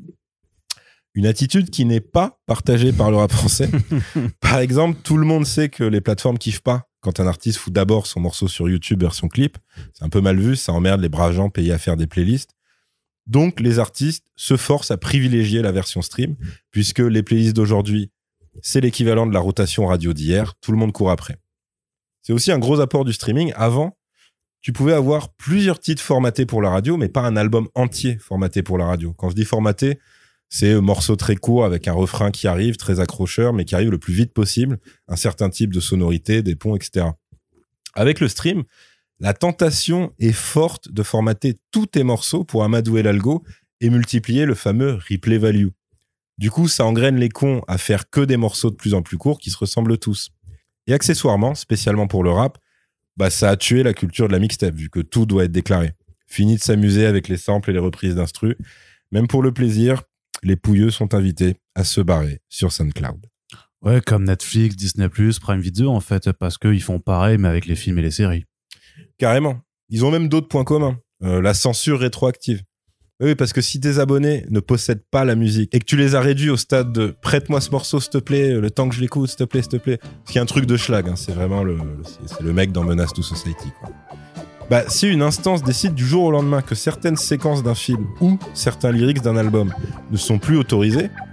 Une attitude qui n'est pas partagée par le rap français. Par exemple, tout le monde sait que les plateformes kiffent pas quand un artiste fout d'abord son morceau sur YouTube version clip. C'est un peu mal vu, ça emmerde les braves gens payés à faire des playlists. Donc, les artistes se forcent à privilégier la version stream, puisque les playlists d'aujourd'hui, c'est l'équivalent de la rotation radio d'hier. Tout le monde court après. C'est aussi un gros apport du streaming. Avant, tu pouvais avoir plusieurs titres formatés pour la radio, mais pas un album entier formaté pour la radio. Quand je dis formaté, c'est un morceau très court avec un refrain qui arrive, très accrocheur, mais qui arrive le plus vite possible, un certain type de sonorité, des ponts, et cetera. Avec le stream, la tentation est forte de formater tous tes morceaux pour amadouer l'algo et multiplier le fameux replay value. Du coup, ça engraine les cons à faire que des morceaux de plus en plus courts qui se ressemblent tous. Et accessoirement, spécialement pour le rap, bah ça a tué la culture de la mixtape, vu que tout doit être déclaré. Fini de s'amuser avec les samples et les reprises d'instru. Même pour le plaisir, les pouilleux sont invités à se barrer sur SoundCloud. Ouais, comme Netflix, Disney plus, Prime Video, en fait, parce qu'ils font pareil, mais avec les films et les séries. Carrément. Ils ont même d'autres points communs. Euh, la censure rétroactive. Oui, parce que si tes abonnés ne possèdent pas la musique et que tu les as réduits au stade de « prête-moi ce morceau, s'il te plaît, le temps que je l'écoute, s'il te plaît, s'il te plaît », ce qui est un truc de schlag, hein, c'est vraiment le, c'est, c'est le mec dans Menace to Society, quoi. Bah, si une instance décide du jour au lendemain que certaines séquences d'un film ou certains lyrics d'un album ne sont plus autorisés,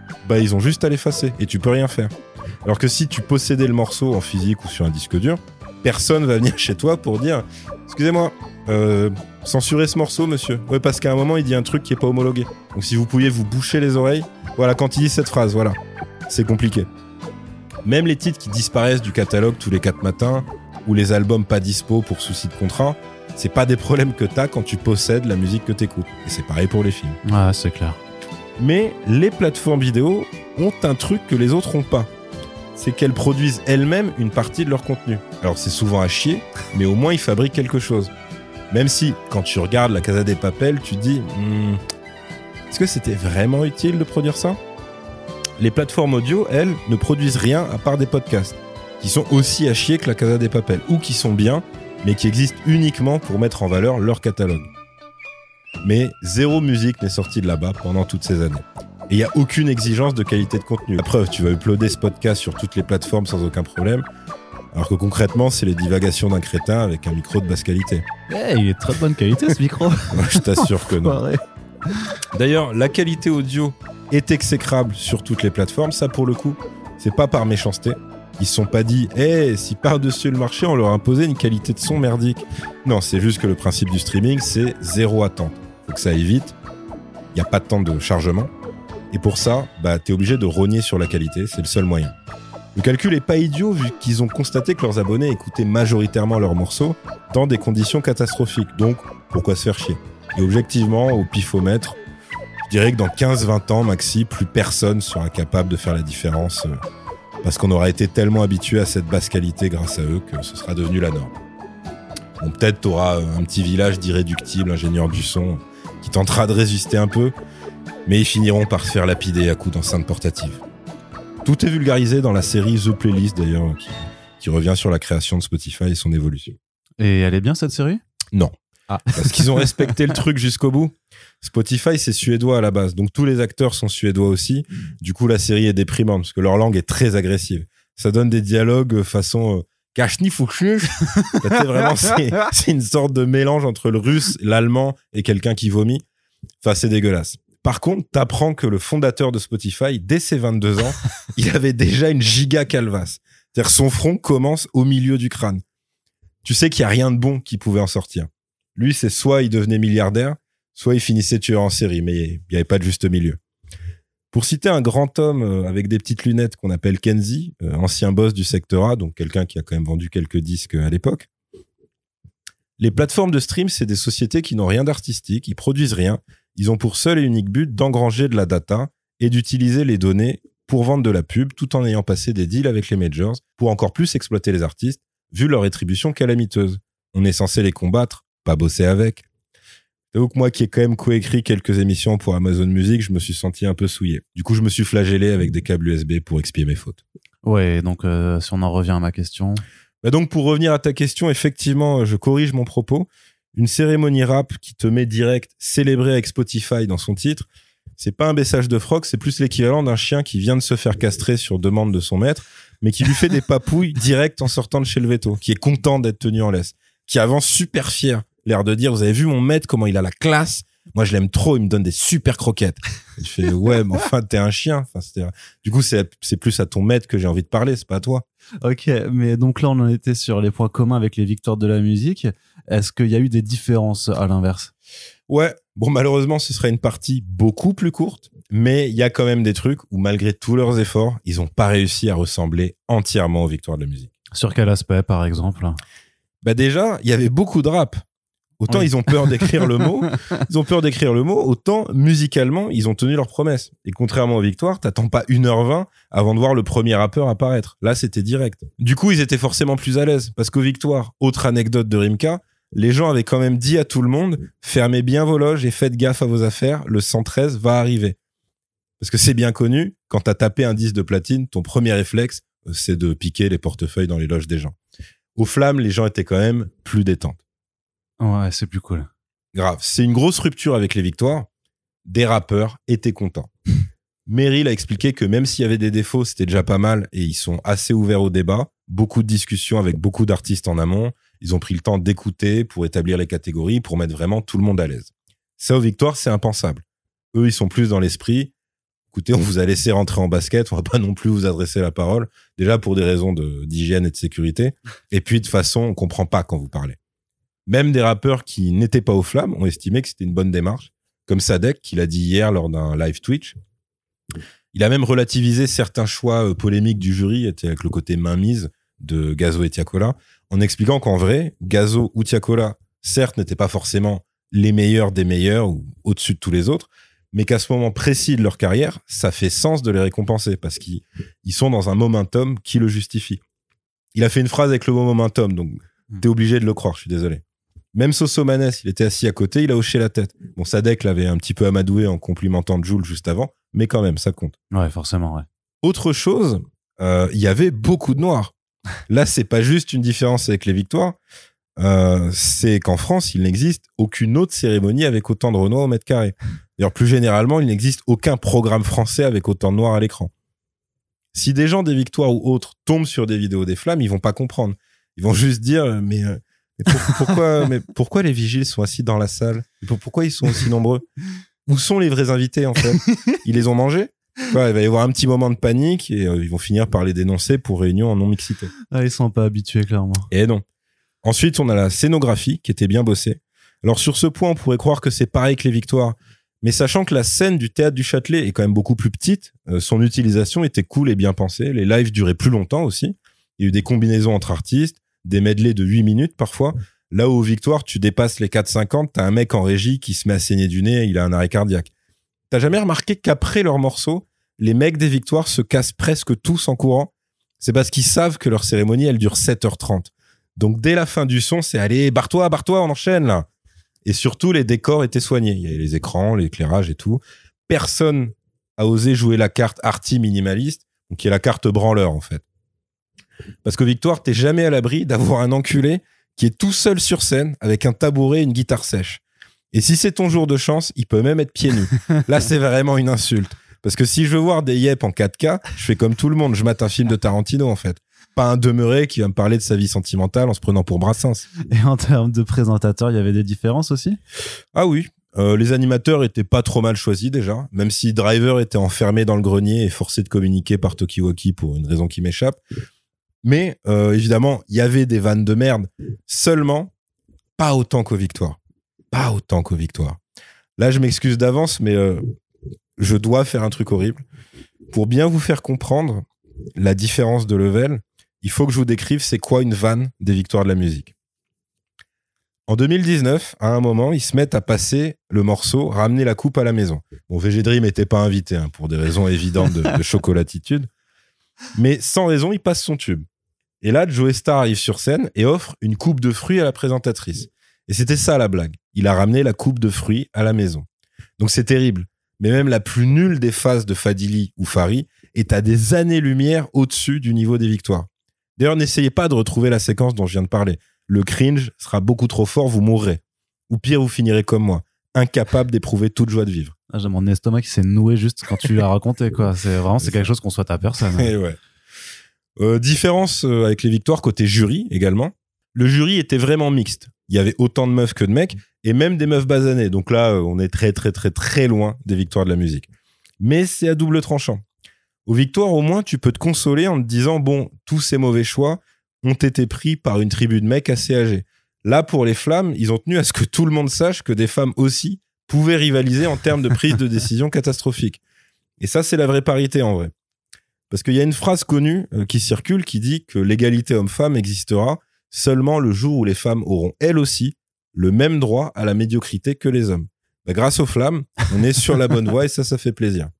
bah ils ont juste à l'effacer et tu peux rien faire. Alors que si tu possédais le morceau en physique ou sur un disque dur, personne va venir chez toi pour dire « Excusez-moi, euh, censurez ce morceau, monsieur. » Ouais, parce qu'à un moment, il dit un truc qui est pas homologué. Donc si vous pouviez vous boucher les oreilles, voilà, quand il dit cette phrase, voilà, c'est compliqué. Même les titres qui disparaissent du catalogue tous les quatre matins, ou les albums pas dispo pour souci de contrat, c'est pas des problèmes que t'as quand tu possèdes la musique que t'écoutes. Et c'est pareil pour les films. Ouais, c'est clair. Mais les plateformes vidéo ont un truc que les autres ont pas. C'est qu'elles produisent elles-mêmes une partie de leur contenu. Alors c'est souvent à chier, mais au moins ils fabriquent quelque chose. Même si, quand tu regardes La Casa de Papel, tu te dis hmm, est-ce que c'était vraiment utile de produire ça ? Les plateformes audio, elles, ne produisent rien à part des podcasts, qui sont aussi à chier que La Casa de Papel, ou qui sont bien, mais qui existent uniquement pour mettre en valeur leur catalogue. Mais zéro musique n'est sortie de là-bas pendant toutes ces années. Et il n'y a aucune exigence de qualité de contenu. La preuve, tu vas uploader ce podcast sur toutes les plateformes sans aucun problème, alors que concrètement, c'est les divagations d'un crétin avec un micro de basse qualité. Eh, hey, il est de très bonne qualité ce micro. Je t'assure que non. D'ailleurs, la qualité audio est exécrable sur toutes les plateformes. Ça, pour le coup, c'est pas par méchanceté. Ils se sont pas dit, eh, hey, si par-dessus le marché, on leur a imposé une qualité de son merdique. Non, c'est juste que le principe du streaming, c'est zéro attente. Faut que ça aille vite. Il n'y a pas de temps de chargement. Et pour ça, bah, t'es obligé de rogner sur la qualité. C'est le seul moyen. Le calcul est pas idiot vu qu'ils ont constaté que leurs abonnés écoutaient majoritairement leurs morceaux dans des conditions catastrophiques. Donc, pourquoi se faire chier ? Et objectivement, au pifomètre, je dirais que dans quinze vingt ans, maxi, plus personne sera capable de faire la différence euh, parce qu'on aura été tellement habitué à cette basse qualité grâce à eux que ce sera devenu la norme. Bon, peut-être t'auras un petit village d'irréductibles ingénieurs du son qui tentera de résister un peu, mais ils finiront par se faire lapider à coups d'enceintes portatives. Tout est vulgarisé dans la série The Playlist, d'ailleurs, qui, qui revient sur la création de Spotify et son évolution. Et elle est bien, cette série ? Non. Ah. Parce qu'ils ont respecté le truc jusqu'au bout. Spotify, c'est suédois à la base. Donc, tous les acteurs sont suédois aussi. Du coup, la série est déprimante parce que leur langue est très agressive. Ça donne des dialogues façon... Kachni Fouchnuch. Vraiment, c'est, c'est une sorte de mélange entre le russe, l'allemand et quelqu'un qui vomit. Enfin, c'est dégueulasse. Par contre, t'apprends que le fondateur de Spotify, dès ses vingt-deux ans, il avait déjà une giga calvasse. C'est-à-dire son front commence au milieu du crâne. Tu sais qu'il n'y a rien de bon qui pouvait en sortir. Lui, c'est soit il devenait milliardaire, soit il finissait tueur en série, mais il n'y avait pas de juste milieu. Pour citer un grand homme avec des petites lunettes qu'on appelle Kenzie, ancien boss du secteur A, donc quelqu'un qui a quand même vendu quelques disques à l'époque, les plateformes de stream, c'est des sociétés qui n'ont rien d'artistique, ils produisent rien. Ils ont pour seul et unique but d'engranger de la data et d'utiliser les données pour vendre de la pub tout en ayant passé des deals avec les majors pour encore plus exploiter les artistes vu leur rétribution calamiteuse. On est censé les combattre, pas bosser avec. Donc moi qui ai quand même coécrit quelques émissions pour Amazon Music, je me suis senti un peu souillé. Du coup, je me suis flagellé avec des câbles U S B pour expier mes fautes. Ouais, donc euh, si on en revient à ma question... Bah donc pour revenir à ta question, effectivement, je corrige mon propos. Une cérémonie rap qui te met direct célébré avec Spotify dans son titre, c'est pas un baissage de froc, c'est plus l'équivalent d'un chien qui vient de se faire castrer sur demande de son maître, mais qui lui fait des papouilles direct en sortant de chez le veto, qui est content d'être tenu en laisse, qui avance super fier, l'air de dire, vous avez vu mon maître, comment il a la classe, moi je l'aime trop, il me donne des super croquettes. Et je fais, ouais, mais enfin t'es un chien. Enfin, c'est... Du coup, c'est, c'est plus à ton maître que j'ai envie de parler, c'est pas à toi. Ok, mais donc là on en était sur les points communs avec les victoires de la musique. Est-ce qu'il y a eu des différences à l'inverse ? Ouais, bon malheureusement ce sera une partie beaucoup plus courte, mais il y a quand même des trucs où malgré tous leurs efforts, ils ont pas réussi à ressembler entièrement aux victoires de la musique. Sur quel aspect par exemple ? Bah déjà, il y avait beaucoup de rap. Autant oui. Ils ont peur d'écrire le mot, ils ont peur d'écrire le mot, autant musicalement, ils ont tenu leur promesse. Et contrairement aux victoires, t'attends pas une heure vingt avant de voir le premier rappeur apparaître. Là, c'était direct. Du coup, ils étaient forcément plus à l'aise. Parce qu'aux victoires, autre anecdote de Rimka, les gens avaient quand même dit à tout le monde, fermez bien vos loges et faites gaffe à vos affaires, le cent treize va arriver. Parce que c'est bien connu, quand t'as tapé un disque de platine, ton premier réflexe, c'est de piquer les portefeuilles dans les loges des gens. Aux Flammes, les gens étaient quand même plus détentes. Ouais, c'est plus cool. Grave. C'est une grosse rupture avec les victoires. Des rappeurs étaient contents. Meryl a expliqué que même s'il y avait des défauts, c'était déjà pas mal et ils sont assez ouverts au débat. Beaucoup de discussions avec beaucoup d'artistes en amont. Ils ont pris le temps d'écouter pour établir les catégories, pour mettre vraiment tout le monde à l'aise. Ça, aux victoires, c'est impensable. Eux, ils sont plus dans l'esprit. écoutez, on vous a laissé rentrer en basket, on va pas non plus vous adresser la parole, déjà pour des raisons de, d'hygiène et de sécurité, et puis de toute façon, on comprend pas quand vous parlez. Même des rappeurs qui n'étaient pas aux Flammes ont estimé que c'était une bonne démarche, comme Sadek, qui l'a dit hier lors d'un live Twitch. Il a même relativisé certains choix polémiques du jury, avec le côté mainmise de Gazo et Tiakola, en expliquant qu'en vrai, Gazo ou Tiakola, certes, n'étaient pas forcément les meilleurs des meilleurs ou au-dessus de tous les autres, mais qu'à ce moment précis de leur carrière, ça fait sens de les récompenser parce qu'ils ils sont dans un momentum qui le justifie. Il a fait une phrase avec le mot momentum, donc t'es obligé de le croire, je suis désolé. Même Soso Maness, il était assis à côté, il a hoché la tête. Bon, Sadek l'avait un petit peu amadoué en complimentant Jul juste avant, mais quand même, ça compte. Ouais, forcément, ouais. Autre chose, il euh, y avait beaucoup de noirs. Là, c'est pas juste une différence avec les victoires, euh, c'est qu'en France, il n'existe aucune autre cérémonie avec autant de Renois au mètre carré. D'ailleurs, plus généralement, il n'existe aucun programme français avec autant de noirs à l'écran. Si des gens des victoires ou autres tombent sur des vidéos des Flammes, ils vont pas comprendre. Ils vont juste dire, mais... Euh, Mais pour, pourquoi, mais pourquoi les vigiles sont assis dans la salle ? Pourquoi ils sont aussi nombreux ? Où sont les vrais invités, en fait ? Ils les ont mangés ? Quoi, il va y avoir un petit moment de panique et euh, ils vont finir par les dénoncer pour réunion en non-mixité. Ah, ils sont pas habitués, clairement. Et non. Ensuite, on a la scénographie qui était bien bossée. Alors, sur ce point, on pourrait croire que c'est pareil que les victoires. Mais sachant que la scène du Théâtre du Châtelet est quand même beaucoup plus petite, euh, son utilisation était cool et bien pensée. Les lives duraient plus longtemps aussi. Il y a eu des combinaisons entre artistes, des medleys de huit minutes parfois. Là où aux victoires, tu dépasses les quatre cinquante, t'as un mec en régie qui se met à saigner du nez, il a un arrêt cardiaque. T'as jamais remarqué qu'après leur morceau, les mecs des victoires se cassent presque tous en courant ? C'est parce qu'ils savent que leur cérémonie, elle dure sept heures trente. Donc dès la fin du son, c'est allez, barre-toi, barre-toi, on enchaîne là. Et surtout, les décors étaient soignés. Il y avait les écrans, l'éclairage et tout. Personne a osé jouer la carte arty minimaliste, qui est la carte branleur en fait. Parce qu'aux victoires, t'es jamais à l'abri d'avoir un enculé qui est tout seul sur scène avec un tabouret et une guitare sèche. Et si c'est ton jour de chance, il peut même être pieds nus. Là, c'est vraiment une insulte. Parce que si je veux voir des yep en quatre K, je fais comme tout le monde, je mate un film de Tarantino en fait. Pas un demeuré qui va me parler de sa vie sentimentale en se prenant pour Brassens. Et en termes de présentateurs, il y avait des différences aussi ? Ah oui, euh, les animateurs étaient pas trop mal choisis déjà, même si Driver était enfermé dans le grenier et forcé de communiquer par Tokiwoki pour une raison qui m'échappe. Mais euh, évidemment, il y avait des vannes de merde, seulement pas autant qu'aux victoires. Pas autant qu'aux victoires. Là, je m'excuse d'avance, mais euh, je dois faire un truc horrible. Pour bien vous faire comprendre la différence de level, il faut que je vous décrive c'est quoi une vanne des victoires de la musique. En deux mille dix-neuf, à un moment, ils se mettent à passer le morceau « Ramener la coupe à la maison ». Bon, V G Dream n'était pas invité hein, pour des raisons évidentes de, de chocolatitude. Mais sans raison, il passe son tube. Et là, Joey Starr arrive sur scène et offre une coupe de fruits à la présentatrice. Et c'était ça la blague. Il a ramené la coupe de fruits à la maison. Donc c'est terrible. Mais même la plus nulle des phases de Fadili ou Fari est à des années-lumière au-dessus du niveau des victoires. D'ailleurs, n'essayez pas de retrouver la séquence dont je viens de parler. Le cringe sera beaucoup trop fort, vous mourrez. Ou pire, vous finirez comme moi, incapable d'éprouver toute joie de vivre. Ah, j'ai mon estomac qui s'est noué juste quand tu l'as raconté, quoi. C'est vraiment, c'est quelque chose qu'on souhaite à personne. Hein. Et ouais. Euh, différence euh, avec les victoires côté jury également. Le jury était vraiment mixte. Il y avait autant de meufs que de mecs et même des meufs basanées. Donc là, euh, on est très très très très loin des victoires de la musique. Mais c'est à double tranchant. Aux victoires, au moins, tu peux te consoler en te disant bon, tous ces mauvais choix ont été pris par une tribu de mecs assez âgés. Là, pour les Flammes, ils ont tenu à ce que tout le monde sache que des femmes aussi pouvaient rivaliser en termes de prise de décision catastrophique. Et ça, c'est la vraie parité en vrai. Parce qu'il y a une phrase connue euh, qui circule qui dit que l'égalité homme-femme existera seulement le jour où les femmes auront elles aussi le même droit à la médiocrité que les hommes. Bah, grâce aux Flammes, on est sur la bonne voie et ça, ça fait plaisir.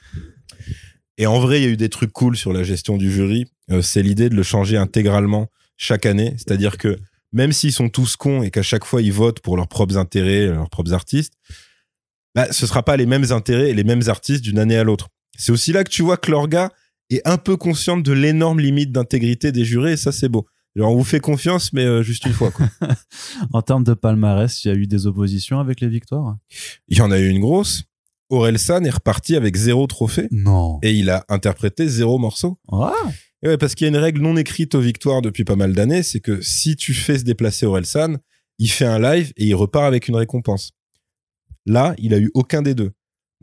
Et en vrai, il y a eu des trucs cool sur la gestion du jury. Euh, c'est l'idée de le changer intégralement chaque année. C'est-à-dire que même s'ils sont tous cons et qu'à chaque fois ils votent pour leurs propres intérêts, leurs propres artistes, bah, ce sera pas les mêmes intérêts et les mêmes artistes d'une année à l'autre. C'est aussi là que tu vois que l'orga est un peu consciente de l'énorme limite d'intégrité des jurés et ça, c'est beau. Alors, on vous fait confiance, mais euh, juste une fois, quoi. En termes de palmarès, il y a eu des oppositions avec les victoires ? Il y en a eu une grosse. Orelsan est reparti avec zéro trophée. Non. Et il a interprété zéro morceau. Ouais. Et ouais, parce qu'il y a une règle non écrite aux victoires depuis pas mal d'années, c'est que si tu fais se déplacer Orelsan, il fait un live et il repart avec une récompense. Là, il a eu aucun des deux.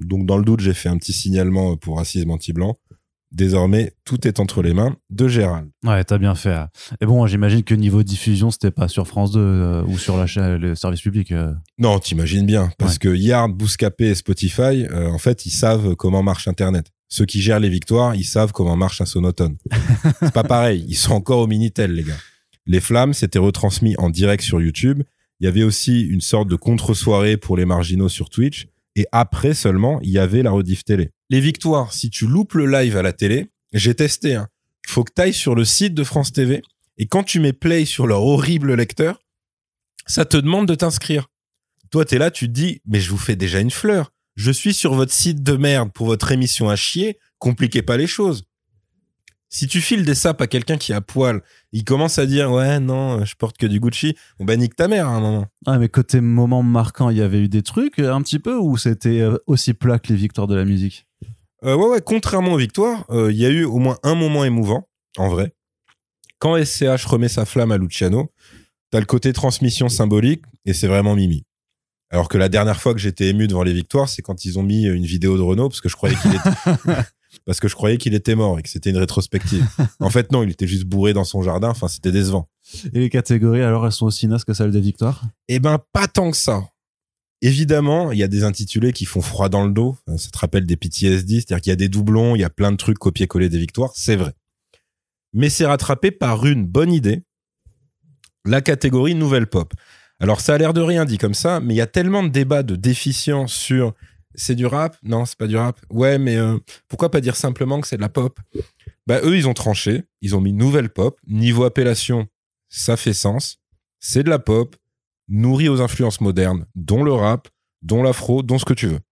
Donc, dans le doute, j'ai fait un petit signalement pour racisme anti-blanc. Désormais, tout est entre les mains de Gérald. Ouais, t'as bien fait. Et bon, j'imagine que niveau diffusion, c'était pas sur France deux euh, ou sur la chaîne, le service public. Euh... Non, t'imagines bien. Parce Ouais. que Yard, Bouscapé et Spotify, euh, en fait, ils savent comment marche Internet. Ceux qui gèrent les victoires, ils savent comment marche un sonotone. C'est pas pareil. Ils sont encore au Minitel, les gars. Les Flammes, c'était retransmis en direct sur YouTube. Il y avait aussi une sorte de contre-soirée pour les marginaux sur Twitch. Et après seulement, il y avait la rediff télé. Les victoires, si tu loupes le live à la télé, j'ai testé, hein. Faut que t'ailles sur le site de France T V et quand tu mets play sur leur horrible lecteur, ça te demande de t'inscrire. Toi, t'es là, tu te dis, mais je vous fais déjà une fleur. Je suis sur votre site de merde pour votre émission à chier. Compliquez pas les choses. Si tu files des sapes à quelqu'un qui est à poil, il commence à dire, ouais, non, je porte que du Gucci. On bah, nique ta mère à un moment. Ah, mais côté moment marquant, il y avait eu des trucs euh, un petit peu ou c'était euh, aussi plat que les victoires de la musique? Euh, ouais, ouais, contrairement aux victoires, il euh, y a eu au moins un moment émouvant, en vrai. Quand S C H remet sa flamme à Luciano, t'as le côté transmission symbolique et c'est vraiment Mimi. Alors que la dernière fois que j'étais ému devant les victoires, c'est quand ils ont mis une vidéo de Renaud parce que je croyais qu'il était, parce que je croyais qu'il était mort et que c'était une rétrospective. En fait, non, il était juste bourré dans son jardin. Enfin, c'était décevant. Et les catégories, alors, elles sont aussi nasses que celles des victoires? Eh ben, pas tant que ça. Évidemment, il y a des intitulés qui font froid dans le dos. Ça te rappelle des P T S D, c'est-à-dire qu'il y a des doublons, il y a plein de trucs copier-coller des victoires, c'est vrai. Mais c'est rattrapé par une bonne idée, la catégorie nouvelle pop. Alors, ça a l'air de rien dit comme ça, mais il y a tellement de débats de déficients sur c'est du rap? Non, c'est pas du rap. Ouais, mais euh, pourquoi pas dire simplement que c'est de la pop? Bah, eux, ils ont tranché, ils ont mis nouvelle pop. Niveau appellation, ça fait sens. C'est de la pop, nourrie aux influences modernes, dont le rap, dont l'afro, dont ce que tu veux.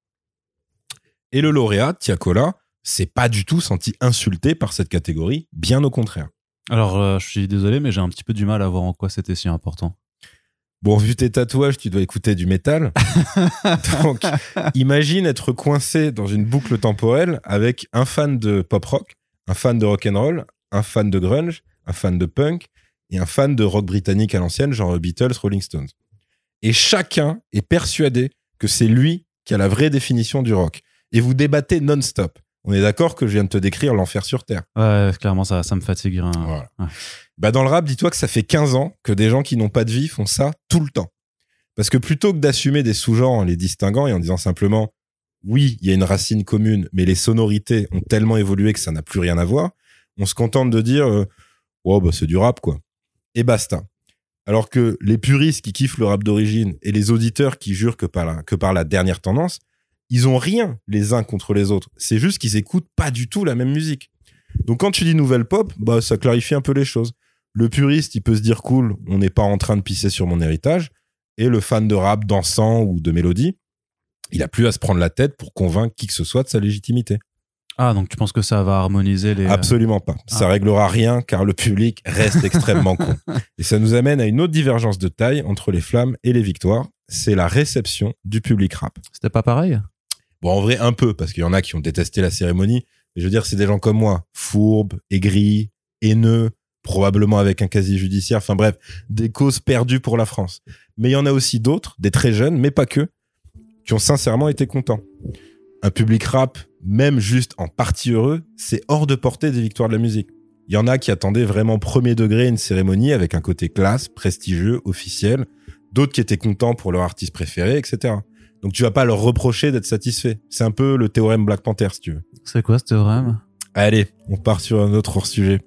Et le lauréat, Tiakola, s'est pas du tout senti insulté par cette catégorie, bien au contraire. Alors, euh, je suis désolé, mais j'ai un petit peu du mal à voir en quoi c'était si important. Bon, vu tes tatouages, tu dois écouter du métal. Donc, imagine être coincé dans une boucle temporelle avec un fan de pop-rock, un fan de rock'n'roll, un fan de grunge, un fan de punk et un fan de rock britannique à l'ancienne, genre Beatles, Rolling Stones. Et chacun est persuadé que c'est lui qui a la vraie définition du rock. Et vous débattez non-stop. On est d'accord que je viens de te décrire l'enfer sur Terre. Ouais, clairement, ça, ça me fatigue. Hein. Voilà. Ouais. Bah dans le rap, dis-toi que ça fait quinze ans que des gens qui n'ont pas de vie font ça tout le temps. Parce que plutôt que d'assumer des sous-genres en les distinguant et en disant simplement oui, il y a une racine commune, mais les sonorités ont tellement évolué que ça n'a plus rien à voir, on se contente de dire euh, oh, bah c'est du rap quoi. Et basta. Alors que les puristes qui kiffent le rap d'origine et les auditeurs qui jurent que par la, que par la dernière tendance, ils ont rien les uns contre les autres. C'est juste qu'ils écoutent pas du tout la même musique. Donc quand tu dis nouvelle pop, bah ça clarifie un peu les choses. Le puriste, il peut se dire cool, on n'est pas en train de pisser sur mon héritage. Et le fan de rap dansant ou de mélodie, il a plus à se prendre la tête pour convaincre qui que ce soit de sa légitimité. Ah, donc tu penses que ça va harmoniser les... Absolument pas. Ça ah. réglera rien car le public reste extrêmement con. Et ça nous amène à une autre divergence de taille entre les Flammes et les victoires. C'est la réception du public rap. C'était pas pareil? Bon, en vrai, un peu, parce qu'il y en a qui ont détesté la cérémonie. Mais je veux dire, c'est des gens comme moi, fourbes, aigris, haineux, probablement avec un casier judiciaire. Enfin bref, des causes perdues pour la France. Mais il y en a aussi d'autres, des très jeunes, mais pas que, qui ont sincèrement été contents. Un public rap, même juste en partie heureux, c'est hors de portée des victoires de la musique. Il y en a qui attendaient vraiment premier degré une cérémonie avec un côté classe, prestigieux, officiel. D'autres qui étaient contents pour leur artiste préféré, et cetera. Donc tu vas pas leur reprocher d'être satisfait. C'est un peu le théorème Black Panther, si tu veux. C'est quoi ce théorème? Allez, on part sur un autre hors-sujet.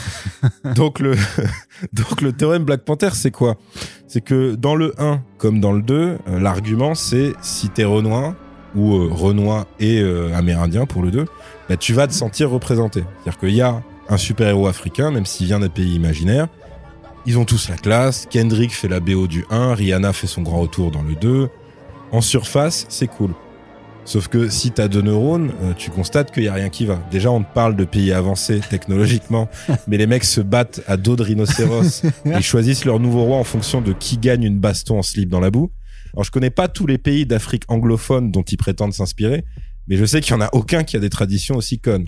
donc, le donc le théorème Black Panther, c'est quoi? C'est que dans le un comme dans le deux, euh, l'argument c'est si t'es Renois, ou euh, Renois et euh, Amérindien pour le deux, bah, tu vas te sentir représenté. C'est-à-dire qu'il y a un super-héros africain, même s'il vient d'un pays imaginaire. Ils ont tous la classe. Kendrick fait la B O du un, Rihanna fait son grand retour dans le deux. En surface, c'est cool. Sauf que si t'as deux neurones, euh, tu constates qu'il y a rien qui va. Déjà, on te parle de pays avancés technologiquement, mais les mecs se battent à dos de rhinocéros et choisissent leur nouveau roi en fonction de qui gagne une baston en slip dans la boue. Alors, je connais pas tous les pays d'Afrique anglophone dont ils prétendent s'inspirer, mais je sais qu'il y en a aucun qui a des traditions aussi connes.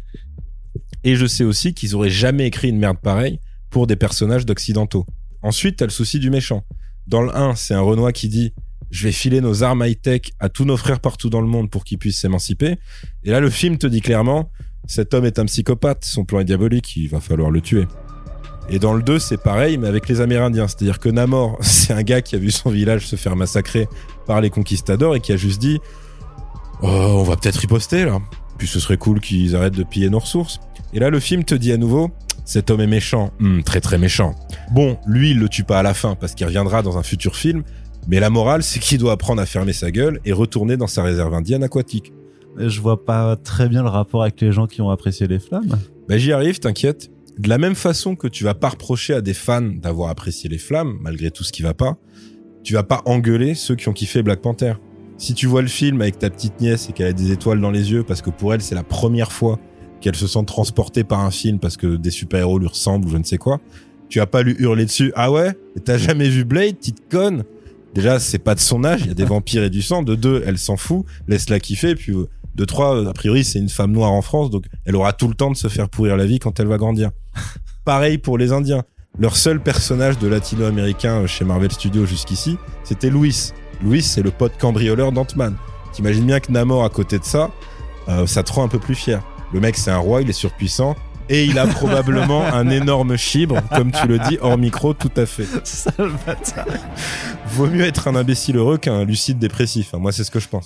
Et je sais aussi qu'ils auraient jamais écrit une merde pareille pour des personnages d'occidentaux. Ensuite, t'as le souci du méchant. Dans le un, c'est un Renois qui dit « je vais filer nos armes high-tech à tous nos frères partout dans le monde pour qu'ils puissent s'émanciper. Et là, le film te dit clairement, cet homme est un psychopathe, son plan est diabolique, il va falloir le tuer. Et dans le deux, c'est pareil, mais avec les Amérindiens. C'est-à-dire que Namor, c'est un gars qui a vu son village se faire massacrer par les conquistadors et qui a juste dit oh, on va peut-être riposter, là. Puis ce serait cool qu'ils arrêtent de piller nos ressources. Et là, le film te dit à nouveau cet homme est méchant, hum, très très méchant. Bon, lui, il le tue pas à la fin parce qu'il reviendra dans un futur film, mais la morale, c'est qu'il doit apprendre à fermer sa gueule et retourner dans sa réserve indienne aquatique. Mais je vois pas très bien le rapport avec les gens qui ont apprécié Les Flammes. Bah, j'y arrive, t'inquiète. De la même façon que tu vas pas reprocher à des fans d'avoir apprécié Les Flammes, malgré tout ce qui va pas, tu vas pas engueuler ceux qui ont kiffé Black Panther. Si tu vois le film avec ta petite nièce et qu'elle a des étoiles dans les yeux parce que pour elle, c'est la première fois qu'elle se sent transportée par un film parce que des super-héros lui ressemblent ou je ne sais quoi, tu vas pas lui hurler dessus. Ah ouais? Et t'as jamais vu Blade, petite conne? Déjà, c'est pas de son âge, il y a des vampires et du sang. De deux, elle s'en fout, laisse-la kiffer. Puis de trois, a priori, c'est une femme noire en France, donc elle aura tout le temps de se faire pourrir la vie quand elle va grandir. Pareil pour les Indiens. Leur seul personnage de latino-américain chez Marvel Studios jusqu'ici, c'était Louis. Louis, c'est le pote cambrioleur d'Ant-Man. T'imagines bien que Namor, à côté de ça, euh, ça te rend un peu plus fier. Le mec, c'est un roi, il est surpuissant. Et il a probablement un énorme chibre, comme tu le dis, hors micro, tout à fait. Sale bâtard. Vaut mieux être un imbécile heureux qu'un lucide dépressif. Enfin, moi, c'est ce que je pense.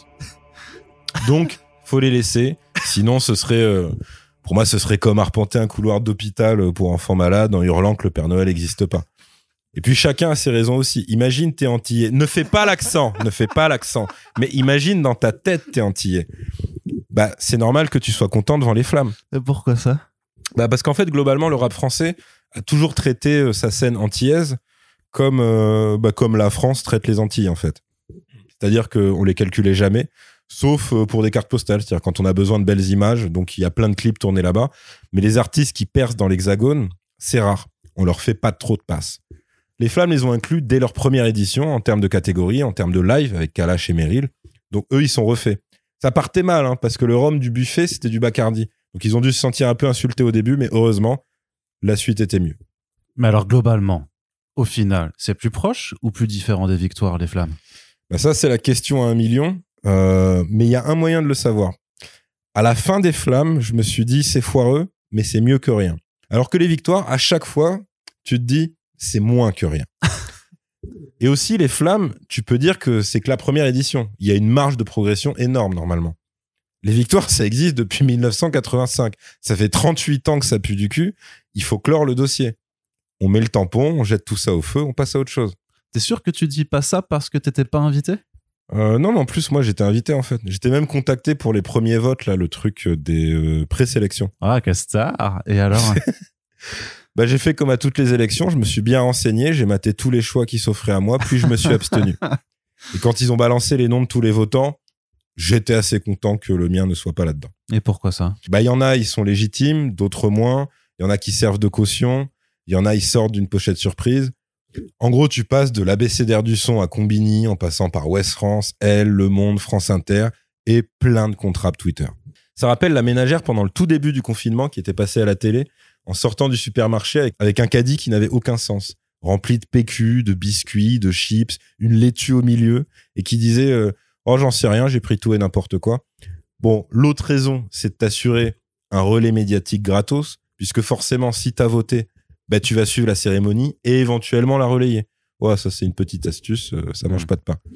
Donc, faut les laisser. Sinon, ce serait... Euh, pour moi, ce serait comme arpenter un couloir d'hôpital pour enfants malades en hurlant que le Père Noël n'existe pas. Et puis, chacun a ses raisons aussi. Imagine, t'es antillais. Ne fais pas l'accent. Ne fais pas l'accent. Mais imagine, dans ta tête, t'es antillais. Bah, c'est normal que tu sois content devant Les Flammes. Et pourquoi ça? Bah parce qu'en fait, globalement, le rap français a toujours traité euh, sa scène antillaise comme, euh, bah, comme la France traite les Antilles, en fait. C'est-à-dire qu'on les calculait jamais, sauf euh, pour des cartes postales. C'est-à-dire quand on a besoin de belles images, donc il y a plein de clips tournés là-bas. Mais les artistes qui percent dans l'Hexagone, c'est rare. On leur fait pas trop de passes. Les Flammes les ont inclus dès leur première édition, en termes de catégorie, en termes de live, avec Kalash et Meryl. Donc eux, ils sont refaits. Ça partait mal, hein, parce que le rhum du buffet, c'était du Bacardi. Donc ils ont dû se sentir un peu insultés au début, mais heureusement, la suite était mieux. Mais alors globalement, au final, c'est plus proche ou plus différent des victoires, Les Flammes? Bah ça, c'est la question à un million. Euh, mais il y a un moyen de le savoir. À la fin des Flammes, je me suis dit, c'est foireux, mais c'est mieux que rien. Alors que les victoires, à chaque fois, tu te dis, c'est moins que rien. Et aussi, les Flammes, tu peux dire que c'est que la première édition. Il y a une marge de progression énorme, normalement. Les victoires, ça existe depuis mille neuf cent quatre-vingt-cinq. Ça fait trente-huit ans que ça pue du cul. Il faut clore le dossier. On met le tampon, on jette tout ça au feu, on passe à autre chose. T'es sûr que tu dis pas ça parce que t'étais pas invité? euh, Non, mais en plus, moi, j'étais invité, en fait. J'étais même contacté pour les premiers votes, là, le truc des euh, présélections. Ah, quelle star! Et alors? Bah, j'ai fait comme à toutes les élections, je me suis bien renseigné, j'ai maté tous les choix qui s'offraient à moi, puis je me suis abstenu. Et quand ils ont balancé les noms de tous les votants, j'étais assez content que le mien ne soit pas là-dedans. Et pourquoi ça? Bah, il y en a, ils sont légitimes, d'autres moins. Il y en a qui servent de caution. Il y en a, ils sortent d'une pochette surprise. En gros, tu passes de l'abécédaire du son à Combini, en passant par Ouest France, Elle, Le Monde, France Inter, et plein de contrats Twitter. Ça rappelle la ménagère pendant le tout début du confinement qui était passée à la télé, en sortant du supermarché avec, avec un caddie qui n'avait aucun sens, rempli de P Q, de biscuits, de chips, une laitue au milieu, et qui disait euh, « Oh, j'en sais rien, j'ai pris tout et n'importe quoi ». Bon, l'autre raison, c'est de t'assurer un relais médiatique gratos, puisque forcément, si t'as voté, bah, tu vas suivre la cérémonie et éventuellement la relayer. Ouais, ça, c'est une petite astuce, euh, ça mange pas de pain.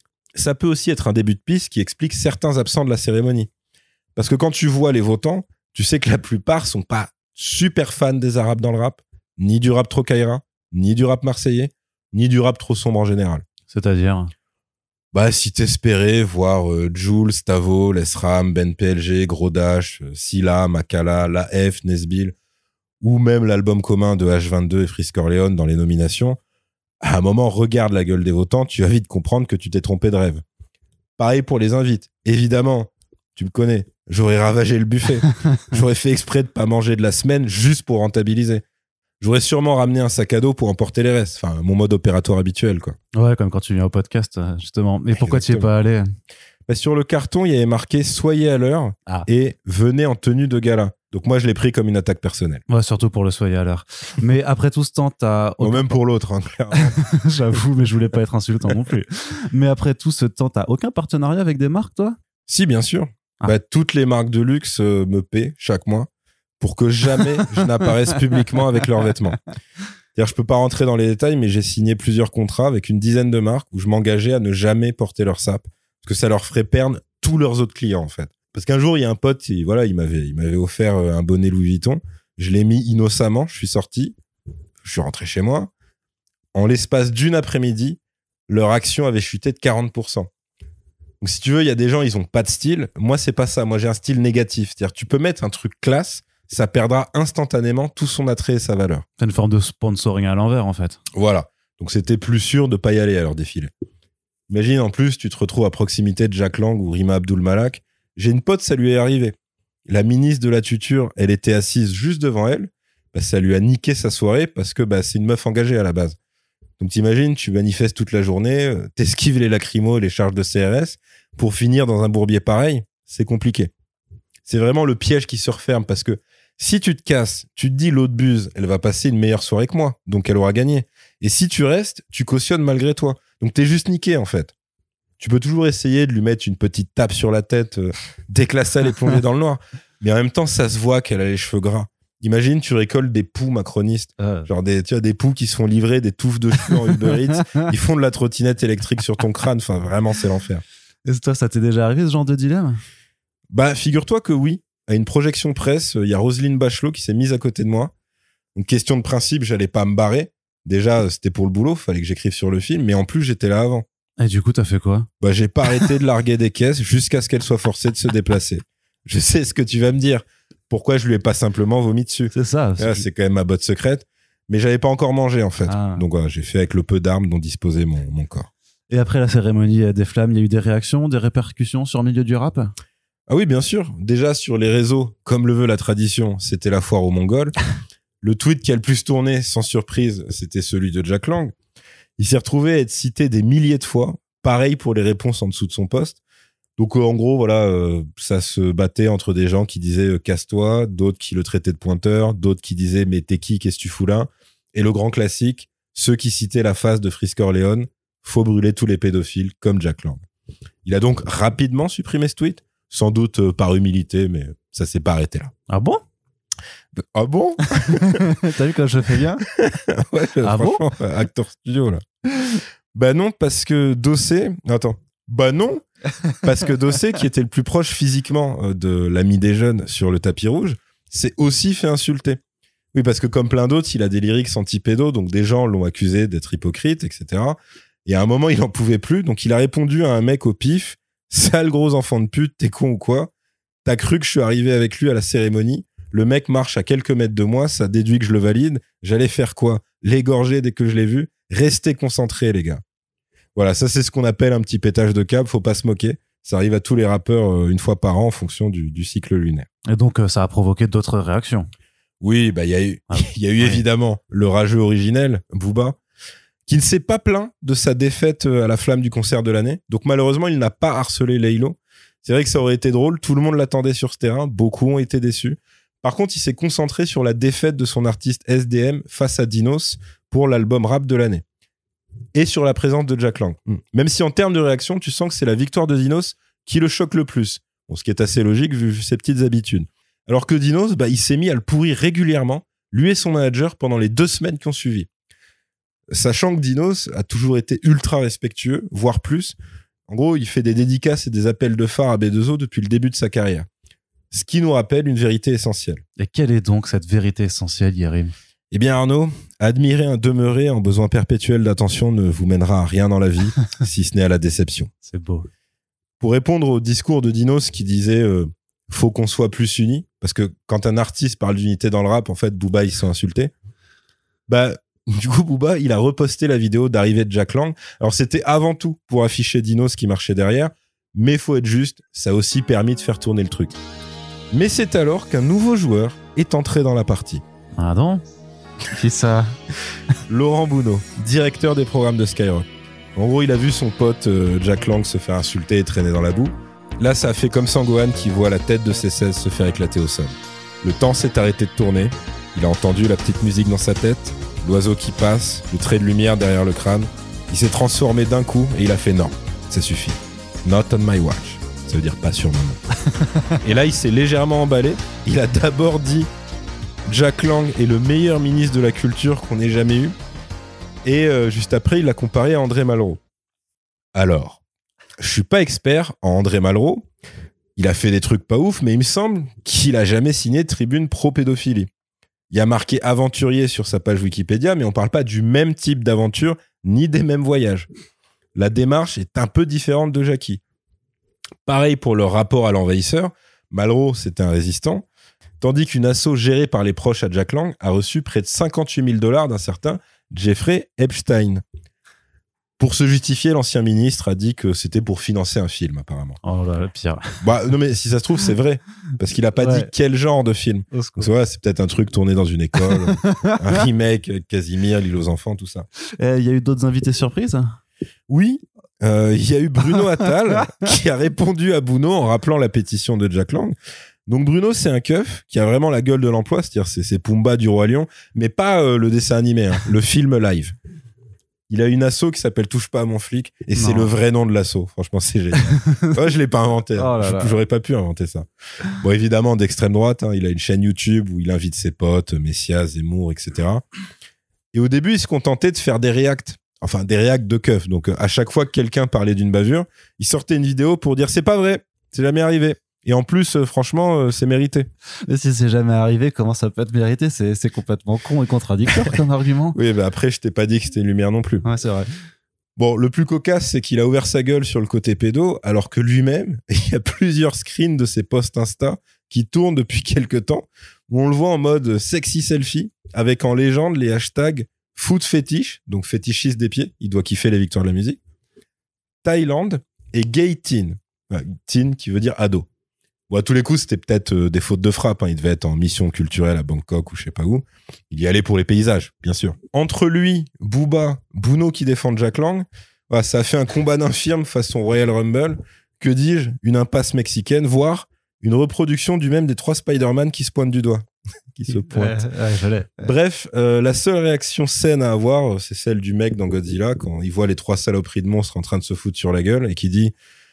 Ça peut aussi être un début de piste qui explique certains absents de la cérémonie. Parce que quand tu vois les votants, tu sais que la plupart sont pas super fans des Arabes dans le rap, ni du rap trop Kaira, ni du rap marseillais, ni du rap trop sombre en général. C'est-à-dire? Bah, si t'espérais voir euh, Jules, Stavo, Lesram, Ben P L G, Gros Dash, euh, Silla, Makala, La F, Nesbill, ou même l'album commun de H vingt-deux et Frisk Orleans dans les nominations, à un moment, regarde la gueule des votants, tu vas vite comprendre que tu t'es trompé de rêve. Pareil pour les invites. Évidemment, tu me connais, j'aurais ravagé le buffet. J'aurais fait exprès de pas manger de la semaine juste pour rentabiliser. J'aurais sûrement ramené un sac à dos pour emporter les restes. Enfin, mon mode opératoire habituel, quoi. Ouais, comme quand tu viens au podcast, justement. Mais pourquoi tu n'y es pas allé? Bah, sur le carton, il y avait marqué « Soyez à l'heure » ah. et « Venez en tenue de gala ». Donc moi, je l'ai pris comme une attaque personnelle. Ouais, surtout pour le soyer à l'heure. Mais après tout ce temps, t'as... Ou même pour l'autre, hein, clairement. J'avoue, mais je voulais pas être insultant non plus. Mais après tout ce temps, t'as aucun partenariat avec des marques, toi? Si, bien sûr. Ah. Bah, toutes les marques de luxe euh, me paient chaque mois pour que jamais je n'apparaisse publiquement avec leurs vêtements. C'est-à-dire, je peux pas rentrer dans les détails, mais j'ai signé plusieurs contrats avec une dizaine de marques où je m'engageais à ne jamais porter leur sape parce que ça leur ferait perdre tous leurs autres clients, en fait. Parce qu'un jour, il y a un pote, il, voilà, il m'avait, il m'avait offert un bonnet Louis Vuitton. Je l'ai mis innocemment. Je suis sorti. Je suis rentré chez moi. En l'espace d'une après-midi, leur action avait chuté de quarante pour cent. Donc, si tu veux, il y a des gens, ils ont pas de style. Moi, c'est pas ça. Moi, j'ai un style négatif. C'est-à-dire, tu peux mettre un truc classe, ça perdra instantanément tout son attrait et sa valeur. C'est une forme de sponsoring à l'envers, en fait. Voilà. Donc, c'était plus sûr de pas y aller à leur défilé. Imagine, en plus, tu te retrouves à proximité de Jack Lang ou Rima Abdul Malak. J'ai une pote, ça lui est arrivé. La ministre de la tuture, elle était assise juste devant elle. Bah, ça lui a niqué sa soirée parce que bah, c'est une meuf engagée à la base. Donc t'imagines, tu manifestes toute la journée, t'esquives les lacrymos et les charges de C R S pour finir dans un bourbier pareil, c'est compliqué. C'est vraiment le piège qui se referme parce que si tu te casses, tu te dis l'autre buse, elle va passer une meilleure soirée que moi, donc elle aura gagné. Et si tu restes, tu cautionnes malgré toi. Donc t'es juste niqué en fait. Tu peux toujours essayer de lui mettre une petite tape sur la tête euh, dès que la salle est plongée dans le noir. Mais en même temps, ça se voit qu'elle a les cheveux gras. Imagine, tu récoltes des poux macronistes. Euh. Genre des, tu vois, des poux qui se font livrer des touffes de cheveux en Uber Eats. Ils font de la trottinette électrique sur ton crâne. Enfin, vraiment, c'est l'enfer. Et toi, ça t'est déjà arrivé, ce genre de dilemme? Bah, figure-toi que oui. À une projection presse, il y a Roselyne Bachelot qui s'est mise à côté de moi. Donc, question de principe, j'allais pas me barrer. Déjà, c'était pour le boulot. Fallait que j'écrive sur le film. Mais en plus, j'étais là avant. Et du coup, t'as fait quoi? Bah, j'ai pas arrêté de larguer des caisses jusqu'à ce qu'elle soit forcée de se déplacer. Je sais ce que tu vas me dire. Pourquoi je lui ai pas simplement vomi dessus? C'est ça. C'est, c'est quand même ma botte secrète. Mais j'avais pas encore mangé, en fait. Ah. Donc, voilà, j'ai fait avec le peu d'armes dont disposait mon, mon corps. Et après la cérémonie des flammes, il y a eu des réactions, des répercussions sur le milieu du rap? Ah oui, bien sûr. Déjà, sur les réseaux, comme le veut la tradition, c'était la foire aux Mongols. Le tweet qui a le plus tourné, sans surprise, c'était celui de Jack Lang. Il s'est retrouvé à être cité des milliers de fois. Pareil pour les réponses en dessous de son post. Donc, euh, en gros, voilà, euh, ça se battait entre des gens qui disaient euh, « casse-toi », d'autres qui le traitaient de pointeur, d'autres qui disaient « mais t'es qui, qu'est-ce que tu fous là ?» Et le grand classique, ceux qui citaient la phase de Frisk Orleans, « faut brûler tous les pédophiles comme Jack Lang ». Il a donc rapidement supprimé ce tweet, sans doute euh, par humilité, mais ça s'est pas arrêté là. Ah bon? Ah bon? T'as vu quand je fais bien? Ouais, ah franchement, bon acteur studio là. Bah non, parce que Dossé... Attends. Bah non, parce que Dossé, qui était le plus proche physiquement de l'ami des jeunes sur le tapis rouge, s'est aussi fait insulter. Oui, parce que comme plein d'autres, il a des lyrics anti-pédos, donc des gens l'ont accusé d'être hypocrite, et cetera. Et à un moment, il en pouvait plus, donc il a répondu à un mec au pif, « Sale gros enfant de pute, t'es con ou quoi? T'as cru que je suis arrivé avec lui à la cérémonie? Le mec marche à quelques mètres de moi, ça déduit que je le valide. J'allais faire quoi? L'égorger dès que je l'ai vu? Restez concentrés, les gars. » Voilà, ça c'est ce qu'on appelle un petit pétage de câble, faut pas se moquer. Ça arrive à tous les rappeurs euh, une fois par an en fonction du, du cycle lunaire. Et donc euh, ça a provoqué d'autres réactions? Oui, bah il y a eu, ah, il y a eu ouais. évidemment le rageux originel, Booba, qui ne s'est pas plaint de sa défaite à la flamme du concert de l'année. Donc malheureusement, il n'a pas harcelé Laylo. C'est vrai que ça aurait été drôle, tout le monde l'attendait sur ce terrain, beaucoup ont été déçus. Par contre, il s'est concentré sur la défaite de son artiste S D M face à Dinos pour l'album rap de l'année. Et sur la présence de Jack Lang. Mm. Même si en termes de réaction, tu sens que c'est la victoire de Dinos qui le choque le plus. Bon, ce qui est assez logique vu, vu ses petites habitudes. Alors que Dinos, bah, il s'est mis à le pourrir régulièrement, lui et son manager, pendant les deux semaines qui ont suivi. Sachant que Dinos a toujours été ultra respectueux, voire plus. En gros, il fait des dédicaces et des appels de phare à B deux O depuis le début de sa carrière. Ce qui nous rappelle une vérité essentielle. Et quelle est donc cette vérité essentielle, Yérim? Eh bien Arnaud, admirer un demeuré en besoin perpétuel d'attention ne vous mènera à rien dans la vie, si ce n'est à la déception. C'est beau. Pour répondre au discours de Dinos qui disait euh, « faut qu'on soit plus unis », parce que quand un artiste parle d'unité dans le rap, en fait, Booba, il s'est insulté. Bah, du coup, Booba, il a reposté la vidéo d'arrivée de Jack Lang. Alors, c'était avant tout pour afficher Dinos qui marchait derrière, mais faut être juste, ça a aussi permis de faire tourner le truc. Mais c'est alors qu'un nouveau joueur est entré dans la partie. Ah non? Qui ça? Laurent Bounot, directeur des programmes de Skyrock. En gros, il a vu son pote euh, Jack Lang se faire insulter et traîner dans la boue. Là, ça a fait comme Sangohan qui voit la tête de ses seize se faire éclater au sol. Le temps s'est arrêté de tourner. Il a entendu la petite musique dans sa tête, l'oiseau qui passe, le trait de lumière derrière le crâne. Il s'est transformé d'un coup et il a fait non, ça suffit. Not on my watch. Ça veut dire pas sur mon nom. Et là, il s'est légèrement emballé. Il a d'abord dit Jack Lang est le meilleur ministre de la culture qu'on ait jamais eu. Et euh, juste après, il l'a comparé à André Malraux. Alors, je suis pas expert en André Malraux. Il a fait des trucs pas ouf, mais il me semble qu'il a jamais signé de tribune pro-pédophilie. Il y a marqué aventurier sur sa page Wikipédia, mais on parle pas du même type d'aventure ni des mêmes voyages. La démarche est un peu différente de Jackie. Pareil pour leur rapport à l'envahisseur. Malraux, c'était un résistant, tandis qu'une asso gérée par les proches à Jack Lang a reçu près de cinquante-huit mille dollars d'un certain Jeffrey Epstein. Pour se justifier, l'ancien ministre a dit que c'était pour financer un film, apparemment. Oh là, le pire. Bah, non, mais si ça se trouve, c'est vrai. Parce qu'il a pas Ouais. dit quel genre de film. Oh, c'est cool. Donc, ouais, c'est peut-être un truc tourné dans une école, un remake, avec Casimir, L'île aux enfants, tout ça. Eh, il y a eu d'autres invités surprises? Oui, euh, il y a eu Bruno Attal qui a répondu à Bouno en rappelant la pétition de Jack Lang. Donc Bruno, c'est un keuf qui a vraiment la gueule de l'emploi, c'est-à-dire c'est, c'est Pumba du Roi Lion, mais pas euh, le dessin animé, hein, le film live. Il a une asso qui s'appelle Touche pas à mon flic et Non. c'est le vrai nom de l'asso. Franchement, c'est génial. Moi, je l'ai pas inventé. hein. Oh là là. J'aurais pas pu inventer ça. Bon, évidemment, d'extrême droite, hein, il a une chaîne YouTube où il invite ses potes, Messia, Zemmour, et cetera. Et au début, il se contentait de faire des reacts. Enfin, des reacts de keuf. Donc, euh, à chaque fois que quelqu'un parlait d'une bavure, il sortait une vidéo pour dire c'est pas vrai, c'est jamais arrivé. Et en plus, euh, franchement, euh, c'est mérité. Mais si c'est jamais arrivé, comment ça peut être mérité? C'est, c'est complètement con et contradictoire comme argument. Oui, bah après, je t'ai pas dit que c'était une lumière non plus. Ouais, c'est vrai. Bon, le plus cocasse, c'est qu'il a ouvert sa gueule sur le côté pédo, alors que lui-même, il y a plusieurs screens de ses posts Insta qui tournent depuis quelques temps, où on le voit en mode sexy selfie, avec en légende les hashtags foot fétiche, donc fétichiste des pieds, il doit kiffer les victoires de la musique, Thaïlande et gay teen, ouais, teen qui veut dire ado. Bon, à tous les coups, c'était peut-être euh, des fautes de frappe. Hein. Il devait être en mission culturelle à Bangkok ou je sais pas où. Il y allait pour les paysages, bien sûr. Entre lui, Booba, Bouno qui défendent Jack Lang, voilà, ça a fait un combat d'infirmes façon Royal Rumble. Que dis-je? Une impasse mexicaine, voire une reproduction du même des trois Spider-Man qui se pointent du doigt. qui se pointent. Ouais, ouais, je l'ai. Bref, euh, la seule réaction saine à avoir, c'est celle du mec dans Godzilla quand il voit les trois saloperies de monstres en train de se foutre sur la gueule et qui dit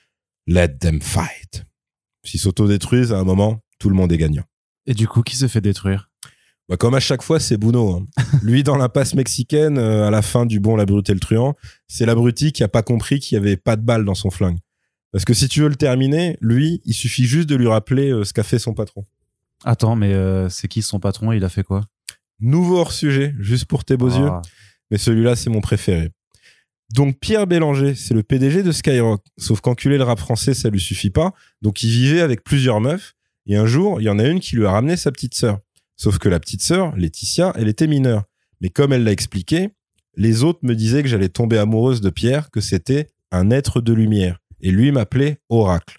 « Let them fight ». S'ils s'autodétruisent, à un moment, tout le monde est gagnant. Et du coup, qui s'est fait détruire? Bah, comme à chaque fois, c'est Bouno. Hein. Lui, dans l'impasse mexicaine, euh, à la fin du Bon, la brute et le truand, c'est l'abruti qui a pas compris qu'il y avait pas de balle dans son flingue. Parce que si tu veux le terminer, lui, il suffit juste de lui rappeler euh, ce qu'a fait son patron. Attends, mais euh, c'est qui son patron? Il a fait quoi? Nouveau hors-sujet, juste pour tes beaux Ah. yeux. Mais celui-là, c'est mon préféré. Donc Pierre Bélanger, c'est le P D G de Skyrock. Sauf qu'enculer le rap français, ça lui suffit pas. Donc il vivait avec plusieurs meufs. Et un jour, il y en a une qui lui a ramené sa petite sœur. Sauf que la petite sœur, Laetitia, elle était mineure. Mais comme elle l'a expliqué, les autres me disaient que j'allais tomber amoureuse de Pierre, que c'était un être de lumière. Et lui m'appelait Oracle.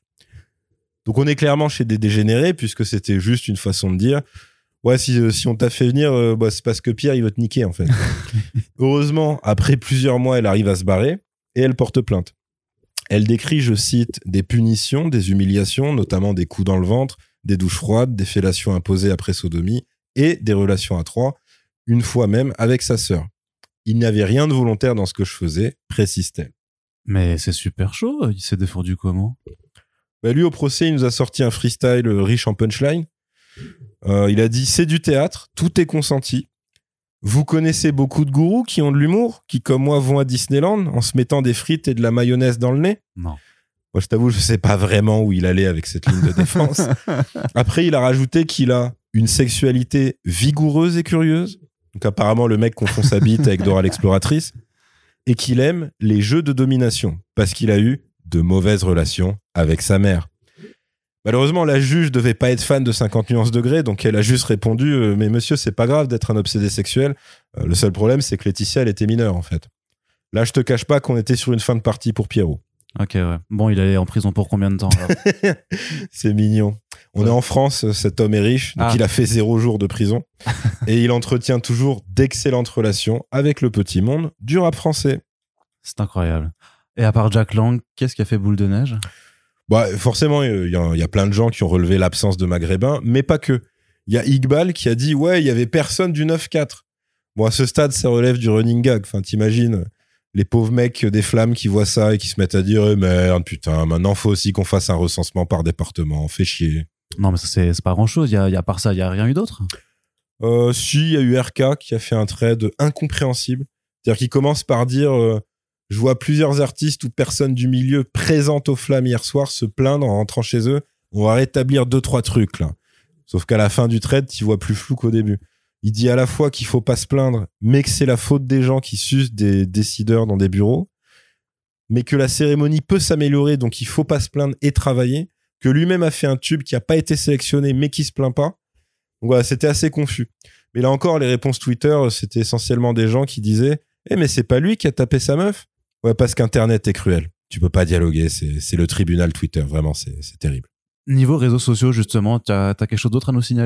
Donc on est clairement chez des dégénérés, puisque c'était juste une façon de dire ouais, si, euh, si on t'a fait venir, euh, bah, c'est parce que Pierre, il veut te niquer, en fait. Heureusement, après plusieurs mois, elle arrive à se barrer et elle porte plainte. Elle décrit, je cite, des punitions, des humiliations, notamment des coups dans le ventre, des douches froides, des fellations imposées après sodomie et des relations à trois, une fois même avec sa sœur. Il n'y avait rien de volontaire dans ce que je faisais, précise-t-elle. Mais c'est super chaud. Il s'est défendu comment? Bah, lui, au procès, il nous a sorti un freestyle riche en punchline. Euh, il a dit « C'est du théâtre, tout est consenti. Vous connaissez beaucoup de gourous qui ont de l'humour, qui, comme moi, vont à Disneyland en se mettant des frites et de la mayonnaise dans le nez. » Non. Moi, je t'avoue, je sais pas vraiment où il allait avec cette ligne de défense. Après, il a rajouté qu'il a une sexualité vigoureuse et curieuse. Donc, apparemment, le mec confond sa bite avec Dora l'exploratrice. Et qu'il aime les jeux de domination, parce qu'il a eu de mauvaises relations avec sa mère. Malheureusement, la juge devait pas être fan de cinquante nuances degrés, donc elle a juste répondu euh, « Mais monsieur, c'est pas grave d'être un obsédé sexuel. Euh, le seul problème, c'est que Laetitia, elle était mineure, en fait. » Là, je te cache pas qu'on était sur une fin de partie pour Pierrot. Ok, ouais. Bon, il allait en prison pour combien de temps alors? C'est mignon. On Ouais. est en France, cet homme est riche, donc Ah. il a fait zéro jour de prison. Et il entretient toujours d'excellentes relations avec le petit monde du rap français. C'est incroyable. Et à part Jack Lang, qu'est-ce qui a fait boule de neige? Bah, forcément, il y, a- il y a plein de gens qui ont relevé l'absence de maghrébins, mais pas que. Il y a Iqbal qui a dit ouais, il y avait personne du neuf quatre. Bon, à ce stade, ça relève du running gag. Enfin, t'imagines les pauvres mecs des Flammes qui voient ça et qui se mettent à dire eh merde, putain, maintenant faut aussi qu'on fasse un recensement par département. Fait chier. Non, mais ça, c'est, c'est pas grand-chose. Il y a, il y a par ça, il y a rien eu d'autre. Euh, si, il y a eu R K qui a fait un trade incompréhensible. C'est-à-dire qu'il commence par dire euh, je vois plusieurs artistes ou personnes du milieu présentes aux Flammes hier soir se plaindre en rentrant chez eux. On va rétablir deux, trois trucs, là. Sauf qu'à la fin du trade, tu vois plus flou qu'au début. Il dit à la fois qu'il faut pas se plaindre, mais que c'est la faute des gens qui sucent des décideurs dans des bureaux, mais que la cérémonie peut s'améliorer, donc il faut pas se plaindre et travailler, que lui-même a fait un tube qui a pas été sélectionné, mais qui se plaint pas. Donc voilà, c'était assez confus. Mais là encore, les réponses Twitter, c'était essentiellement des gens qui disaient « Eh, mais c'est pas lui qui a tapé sa meuf ?» Ouais, parce qu'Internet est cruel. Tu peux pas dialoguer, c'est, c'est le tribunal Twitter. Vraiment, c'est, c'est terrible. Niveau réseaux sociaux, justement, t'as, t'as quelque chose d'autre à nous signaler ?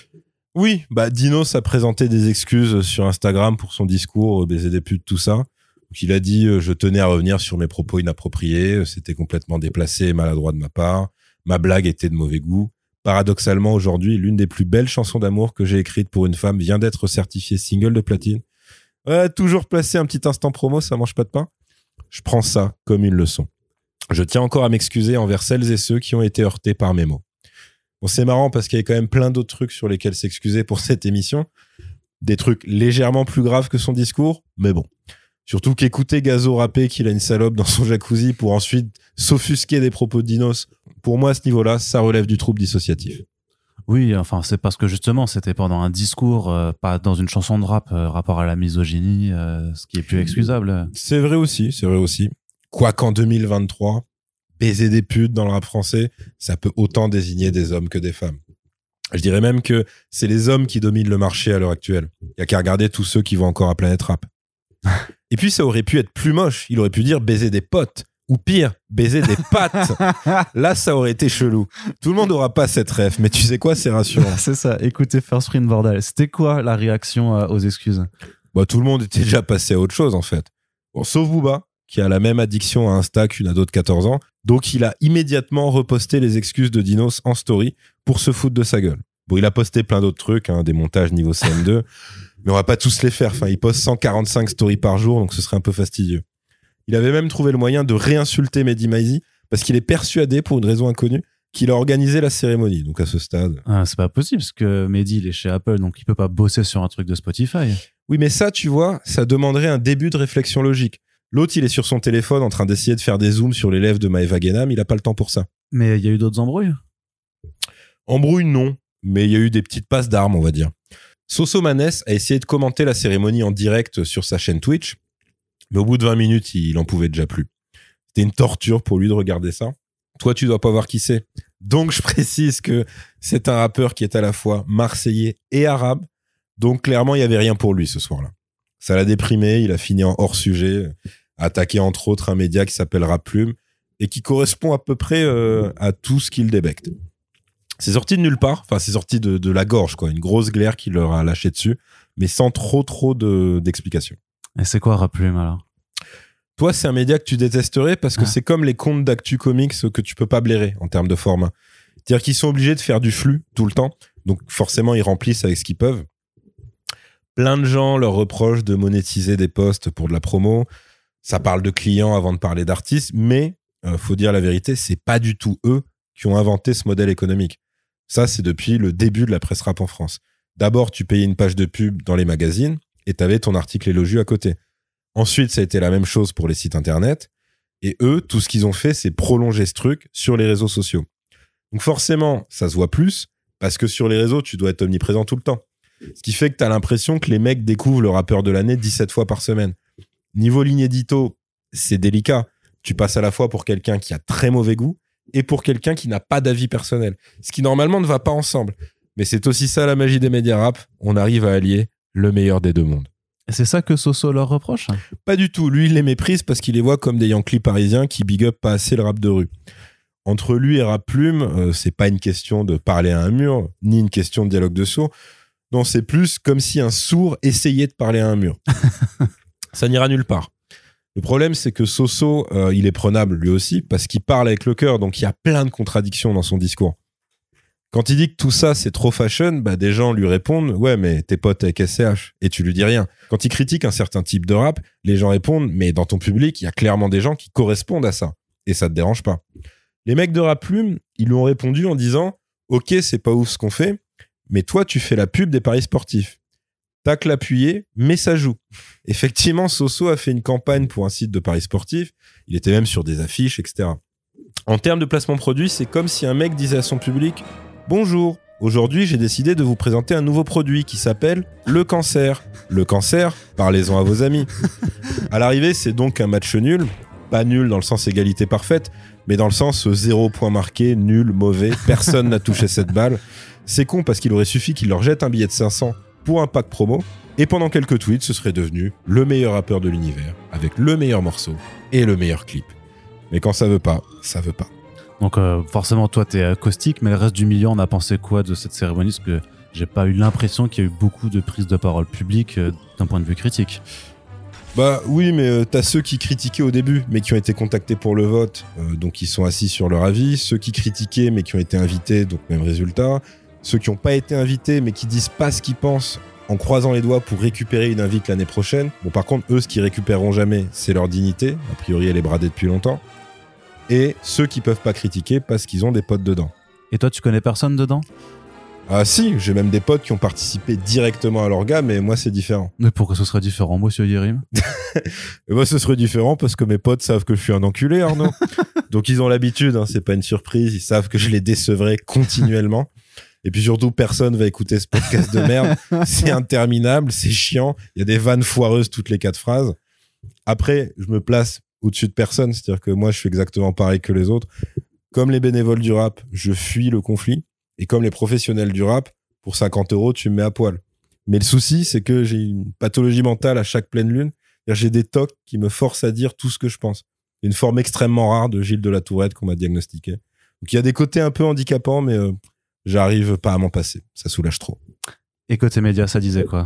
Oui, bah Dinos a présenté des excuses sur Instagram pour son discours, baiser des putes, tout ça. Donc il a dit euh, « Je tenais à revenir sur mes propos inappropriés, c'était complètement déplacé et maladroit de ma part. Ma blague était de mauvais goût. Paradoxalement, aujourd'hui, l'une des plus belles chansons d'amour que j'ai écrites pour une femme vient d'être certifiée single de platine. Ouais, toujours placer un petit instant promo, ça mange pas de pain. Je prends ça comme une leçon. Je tiens encore à m'excuser envers celles et ceux qui ont été heurtés par mes mots. » Bon, c'est marrant parce qu'il y avait quand même plein d'autres trucs sur lesquels s'excuser pour cette émission. Des trucs légèrement plus graves que son discours, mais bon. Surtout qu'écouter Gazo rapper qu'il a une salope dans son jacuzzi pour ensuite s'offusquer des propos de Dinos, pour moi, à ce niveau-là, ça relève du trouble dissociatif. Oui, enfin, c'est parce que justement, c'était pendant un discours, euh, pas dans une chanson de rap, euh, rapport à la misogynie, euh, ce qui est plus excusable. C'est vrai aussi, c'est vrai aussi. Quoiqu'en deux mille vingt-trois, baiser des putes dans le rap français, ça peut autant désigner des hommes que des femmes. Je dirais même que c'est les hommes qui dominent le marché à l'heure actuelle. Il n'y a qu'à regarder tous ceux qui vont encore à Planète Rap. Et puis, ça aurait pu être plus moche. Il aurait pu dire baiser des potes. Ou pire, baiser des pattes. Là, ça aurait été chelou. Tout le monde n'aura pas cette ref, mais tu sais quoi, c'est rassurant. C'est ça, écoutez First Print, bordel. C'était quoi la réaction euh, aux excuses ? Bah, tout le monde était déjà passé à autre chose, en fait. Bon, sauf Booba, qui a la même addiction à Insta qu'une ado de quatorze ans. Donc, il a immédiatement reposté les excuses de Dinos en story pour se foutre de sa gueule. Bon, il a posté plein d'autres trucs, hein, des montages niveau C M deux, mais on va pas tous les faire. Enfin, il poste cent quarante-cinq stories par jour, donc ce serait un peu fastidieux. Il avait même trouvé le moyen de réinsulter Mehdi Maizi parce qu'il est persuadé, pour une raison inconnue, qu'il a organisé la cérémonie. Donc, à ce stade... Ah, c'est pas possible, parce que Mehdi, il est chez Apple, donc il peut pas bosser sur un truc de Spotify. Oui, mais ça, tu vois, ça demanderait un début de réflexion logique. L'autre, il est sur son téléphone en train d'essayer de faire des zooms sur les lèvres de Maëva Guénam. Il a pas le temps pour ça. Mais il y a eu d'autres embrouilles ? Embrouille, non. Mais il y a eu des petites passes d'armes, on va dire. Soso Maness a essayé de commenter la cérémonie en direct sur sa chaîne Twitch. Mais au bout de vingt minutes, il en pouvait déjà plus. C'était une torture pour lui de regarder ça. Toi, tu dois pas voir qui c'est. Donc, je précise que c'est un rappeur qui est à la fois marseillais et arabe. Donc, clairement, il y avait rien pour lui ce soir-là. Ça l'a déprimé. Il a fini en hors-sujet, attaqué entre autres un média qui s'appelle Rap Plume et qui correspond à peu près euh, à tout ce qu'il débecte. C'est sorti de nulle part. Enfin, c'est sorti de, de la gorge, quoi. Une grosse glaire qui leur a lâché dessus, mais sans trop, trop de, d'explications. Et c'est quoi Rap Plume, alors ? Toi, c'est un média que tu détesterais parce que ah. c'est comme les comptes d'actu comics que tu peux pas blairer en termes de format. C'est-à-dire qu'ils sont obligés de faire du flux tout le temps. Donc, forcément, ils remplissent avec ce qu'ils peuvent. Plein de gens leur reprochent de monétiser des posts pour de la promo. Ça parle de clients avant de parler d'artistes. Mais, euh, faut dire la vérité, c'est pas du tout eux qui ont inventé ce modèle économique. Ça, c'est depuis le début de la presse rap en France. D'abord, tu payais une page de pub dans les magazines et t'avais ton article élogieux à côté. Ensuite, ça a été la même chose pour les sites internet. Et eux, tout ce qu'ils ont fait, c'est prolonger ce truc sur les réseaux sociaux. Donc forcément, ça se voit plus, parce que sur les réseaux, tu dois être omniprésent tout le temps. Ce qui fait que tu as l'impression que les mecs découvrent le rappeur de l'année dix-sept fois par semaine. Niveau ligne édito, c'est délicat. Tu passes à la fois pour quelqu'un qui a très mauvais goût et pour quelqu'un qui n'a pas d'avis personnel. Ce qui normalement ne va pas ensemble. Mais c'est aussi ça la magie des médias rap. On arrive à allier le meilleur des deux mondes. C'est ça que Soso leur reproche ? Pas du tout. Lui, il les méprise parce qu'il les voit comme des Yankees parisiens qui big up pas assez le rap de rue. Entre lui et Rap Plume, euh, c'est pas une question de parler à un mur, ni une question de dialogue de sourds. Non, c'est plus comme si un sourd essayait de parler à un mur. Ça n'ira nulle part. Le problème, c'est que Soso, euh, il est prenable lui aussi parce qu'il parle avec le cœur, donc il y a plein de contradictions dans son discours. Quand il dit que tout ça, c'est trop fashion, bah, des gens lui répondent « Ouais, mais t'es pote avec S C H. » Et tu lui dis rien. Quand il critique un certain type de rap, les gens répondent « Mais dans ton public, il y a clairement des gens qui correspondent à ça. » Et ça te dérange pas. Les mecs de Rap Plume, ils lui ont répondu en disant « Ok, c'est pas ouf ce qu'on fait, mais toi, tu fais la pub des paris sportifs. T'as que l'appuyer, mais ça joue. » Effectivement, Soso a fait une campagne pour un site de paris sportifs. Il était même sur des affiches, et cetera. En termes de placement produit, c'est comme si un mec disait à son public « Bonjour, aujourd'hui j'ai décidé de vous présenter un nouveau produit qui s'appelle le cancer. Le cancer, parlez-en à vos amis. » À l'arrivée, c'est donc un match nul. Pas nul dans le sens égalité parfaite, mais dans le sens zéro point marqué, nul, mauvais, personne n'a touché cette balle. C'est con parce qu'il aurait suffi qu'il leur jette un billet de cinq cents pour un pack promo, et pendant quelques tweets, ce serait devenu le meilleur rappeur de l'univers, avec le meilleur morceau et le meilleur clip. Mais quand ça veut pas, ça veut pas. Donc euh, forcément, toi, t'es euh, caustique, mais le reste du milieu, on a pensé quoi de cette cérémonie? Parce que j'ai pas eu l'impression qu'il y a eu beaucoup de prises de parole publiques euh, d'un point de vue critique. Bah oui, mais euh, t'as ceux qui critiquaient au début, mais qui ont été contactés pour le vote, euh, donc ils sont assis sur leur avis. Ceux qui critiquaient, mais qui ont été invités, donc même résultat. Ceux qui n'ont pas été invités, mais qui disent pas ce qu'ils pensent, en croisant les doigts pour récupérer une invite l'année prochaine. Bon, par contre, eux, ce qu'ils récupéreront jamais, c'est leur dignité. A priori, elle est bradée depuis longtemps. Et ceux qui peuvent pas critiquer parce qu'ils ont des potes dedans. Et toi, tu connais personne dedans? Ah si, j'ai même des potes qui ont participé directement à l'orga, mais moi c'est différent. Mais pourquoi ce serait différent, monsieur Yérim? Et moi ce serait différent parce que mes potes savent que je suis un enculé, Arnaud. Donc ils ont l'habitude, hein, c'est pas une surprise, ils savent que je les décevrai continuellement. Et puis surtout, personne va écouter ce podcast de merde. C'est interminable, c'est chiant, il y a des vannes foireuses toutes les quatre phrases. Après, je me place au-dessus de personne, c'est-à-dire que moi je suis exactement pareil que les autres. Comme les bénévoles du rap, je fuis le conflit. Et comme les professionnels du rap, pour cinquante euros, tu me mets à poil. Mais le souci, c'est que j'ai une pathologie mentale à chaque pleine lune. J'ai des tocs qui me forcent à dire tout ce que je pense. Une forme extrêmement rare de Gilles de la Tourette qu'on m'a diagnostiqué. Donc il y a des côtés un peu handicapants, mais euh, j'arrive pas à m'en passer. Ça soulage trop. Et côté média, ça disait quoi?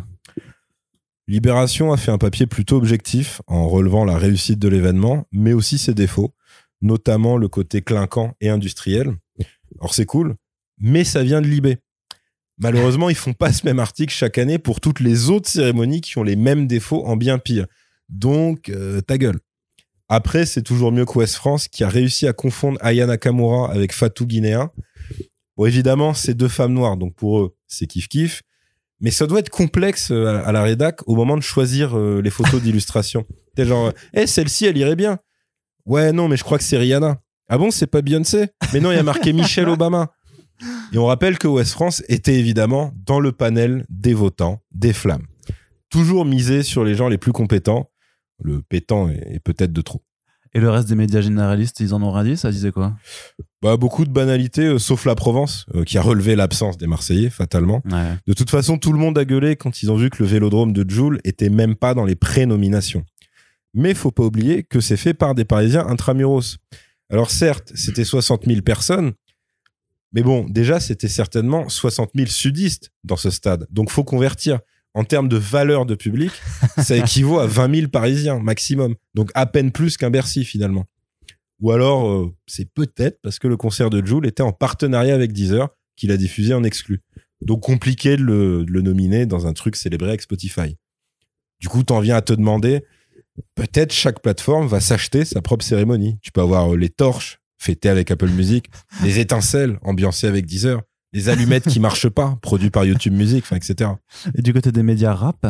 Libération a fait un papier plutôt objectif en relevant la réussite de l'événement, mais aussi ses défauts, notamment le côté clinquant et industriel. Alors c'est cool, mais ça vient de Libé. Malheureusement, ils font pas ce même article chaque année pour toutes les autres cérémonies qui ont les mêmes défauts en bien pire. Donc, euh, ta gueule. Après, c'est toujours mieux qu'Ouest France qui a réussi à confondre Aya Nakamura avec Fatou Guinéa. Bon, évidemment, c'est deux femmes noires, donc pour eux, c'est kiff-kiff. Mais ça doit être complexe à la rédac au moment de choisir euh, les photos d'illustration. T'es genre, eh, hey, celle-ci, elle irait bien. Ouais, non, mais je crois que c'est Rihanna. Ah bon, c'est pas Beyoncé? Mais non, il y a marqué Michelle Obama. Et on rappelle que Ouest France était évidemment dans le panel des votants des Flammes. Toujours misé sur les gens les plus compétents. Le pétant est peut-être de trop. Et le reste des médias généralistes, ils en ont rien dit? Ça disait quoi? Bah, beaucoup de banalités, euh, sauf la Provence, euh, qui a relevé l'absence des Marseillais, fatalement. Ouais. De toute façon, tout le monde a gueulé quand ils ont vu que le vélodrome de Joule était même pas dans les pré-nominations. Mais faut pas oublier que c'est fait par des Parisiens intramuros. Alors certes, c'était soixante mille personnes, mais bon, déjà, c'était certainement soixante mille sudistes dans ce stade. Donc, faut convertir. En termes de valeur de public, ça équivaut à vingt mille Parisiens maximum. Donc, à peine plus qu'un Bercy, finalement. Ou alors, euh, c'est peut-être parce que le concert de Jul était en partenariat avec Deezer qu'il a diffusé en exclu. Donc, compliqué de le, de le nominer dans un truc célébré avec Spotify. Du coup, t'en viens à te demander, peut-être chaque plateforme va s'acheter sa propre cérémonie. Tu peux avoir euh, les torches fêtées avec Apple Music, les étincelles ambiancées avec Deezer, les allumettes qui marchent pas, produits par YouTube Music, enfin, et cetera. Et du côté des médias rap?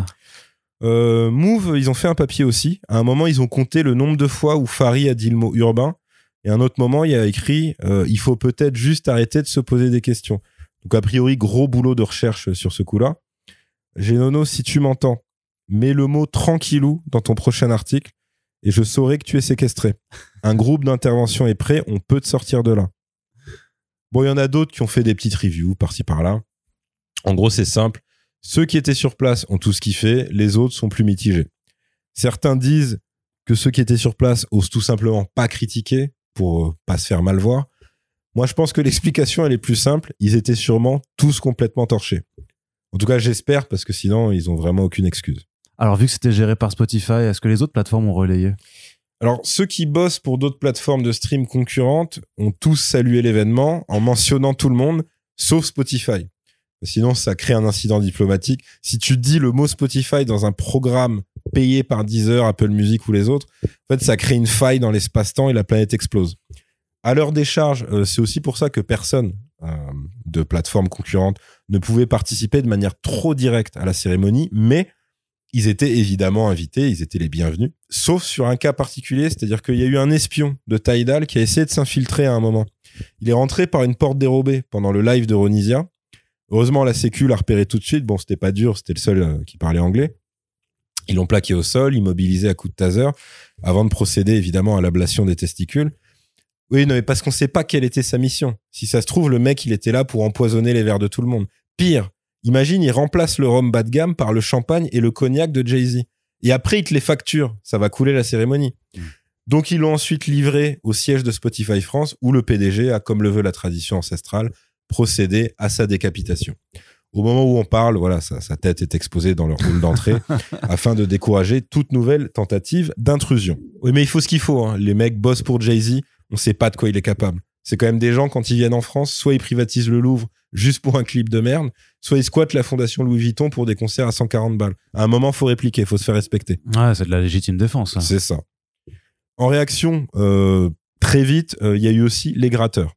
euh, Move, ils ont fait un papier aussi. À un moment, ils ont compté le nombre de fois où Fari a dit le mot urbain. Et à un autre moment, il y a écrit euh, « Il faut peut-être juste arrêter de se poser des questions ». Donc, a priori, gros boulot de recherche sur ce coup-là. Génono, si tu m'entends, mets le mot « tranquillou » dans ton prochain article et je saurai que tu es séquestré. Un groupe d'intervention est prêt, on peut te sortir de là. Bon, il y en a d'autres qui ont fait des petites reviews par-ci par-là. En gros, c'est simple. Ceux qui étaient sur place ont tous kiffé, les autres sont plus mitigés. Certains disent que ceux qui étaient sur place osent tout simplement pas critiquer pour euh, pas se faire mal voir. Moi, je pense que l'explication, elle est plus simple. Ils étaient sûrement tous complètement torchés. En tout cas, j'espère, parce que sinon, ils ont vraiment aucune excuse. Alors, vu que c'était géré par Spotify, est-ce que les autres plateformes ont relayé? Alors, ceux qui bossent pour d'autres plateformes de stream concurrentes ont tous salué l'événement en mentionnant tout le monde, sauf Spotify. Sinon, ça crée un incident diplomatique. Si tu dis le mot Spotify dans un programme payé par Deezer, Apple Music ou les autres, en fait, ça crée une faille dans l'espace-temps et la planète explose. À leur décharge, euh, c'est aussi pour ça que personne euh, de plateforme concurrente ne pouvait participer de manière trop directe à la cérémonie, mais ils étaient évidemment invités, ils étaient les bienvenus, sauf sur un cas particulier, c'est-à-dire qu'il y a eu un espion de Tidal qui a essayé de s'infiltrer à un moment. Il est rentré par une porte dérobée pendant le live de Ronisia. Heureusement, la sécu l'a repéré tout de suite. Bon, c'était pas dur, c'était le seul euh, qui parlait anglais. Ils l'ont plaqué au sol, immobilisé à coups de taser, avant de procéder évidemment à l'ablation des testicules. Oui, non, mais parce qu'on sait pas quelle était sa mission. Si ça se trouve, le mec, il était là pour empoisonner les verres de tout le monde. Pire, imagine, il remplace le rhum bas de gamme par le champagne et le cognac de Jay-Z. Et après, il te les facture. Ça va couler la cérémonie. Mmh. Donc, ils l'ont ensuite livré au siège de Spotify France, où le P D G a, comme le veut la tradition ancestrale, procédé à sa décapitation. Au moment où on parle, voilà, sa, sa tête est exposée dans le hall d'entrée afin de décourager toute nouvelle tentative d'intrusion. Oui, mais il faut ce qu'il faut. Hein. Les mecs bossent pour Jay-Z, on sait pas de quoi il est capable. C'est quand même des gens, quand ils viennent en France, soit ils privatisent le Louvre juste pour un clip de merde, soit ils squattent la fondation Louis Vuitton pour des concerts à cent quarante balles. À un moment, faut répliquer, faut se faire respecter. Ouais, c'est de la légitime défense. Hein. C'est ça. En réaction, euh, très vite, il euh, y a eu aussi les gratteurs.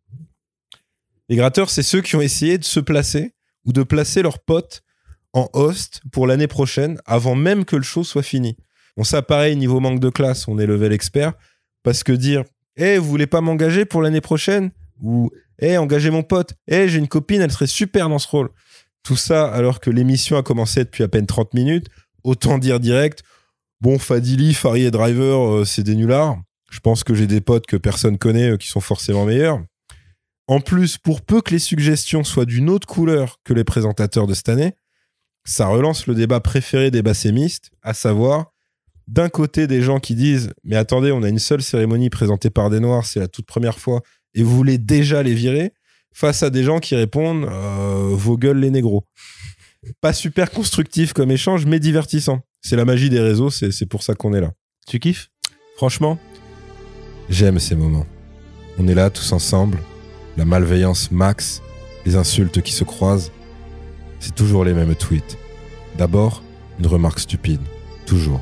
Les gratteurs, c'est ceux qui ont essayé de se placer ou de placer leurs potes en host pour l'année prochaine avant même que le show soit fini. Bon, ça, pareil, niveau manque de classe, on est level expert, parce que dire « Hey, vous voulez pas m'engager pour l'année prochaine ?» ou « Hey, engagez mon pote. Hey, j'ai une copine, elle serait super dans ce rôle. » Tout ça alors que l'émission a commencé depuis à peine trente minutes. Autant dire direct « Bon, Fadili, Farid et Driver, euh, c'est des nullards. Je pense que j'ai des potes que personne connaît euh, qui sont forcément meilleurs. » En plus, pour peu que les suggestions soient d'une autre couleur que les présentateurs de cette année, ça relance le débat préféré des bassémistes, à savoir, d'un côté, des gens qui disent « Mais attendez, on a une seule cérémonie présentée par des Noirs, c'est la toute première fois, et vous voulez déjà les virer ?» face à des gens qui répondent euh, « Vos gueules les négros ». Pas super constructif comme échange, mais divertissant. C'est la magie des réseaux, c'est, c'est pour ça qu'on est là. Tu kiffes ? Franchement, j'aime ces moments. On est là tous ensemble. La malveillance max, les insultes qui se croisent, c'est toujours les mêmes tweets. D'abord, une remarque stupide, toujours.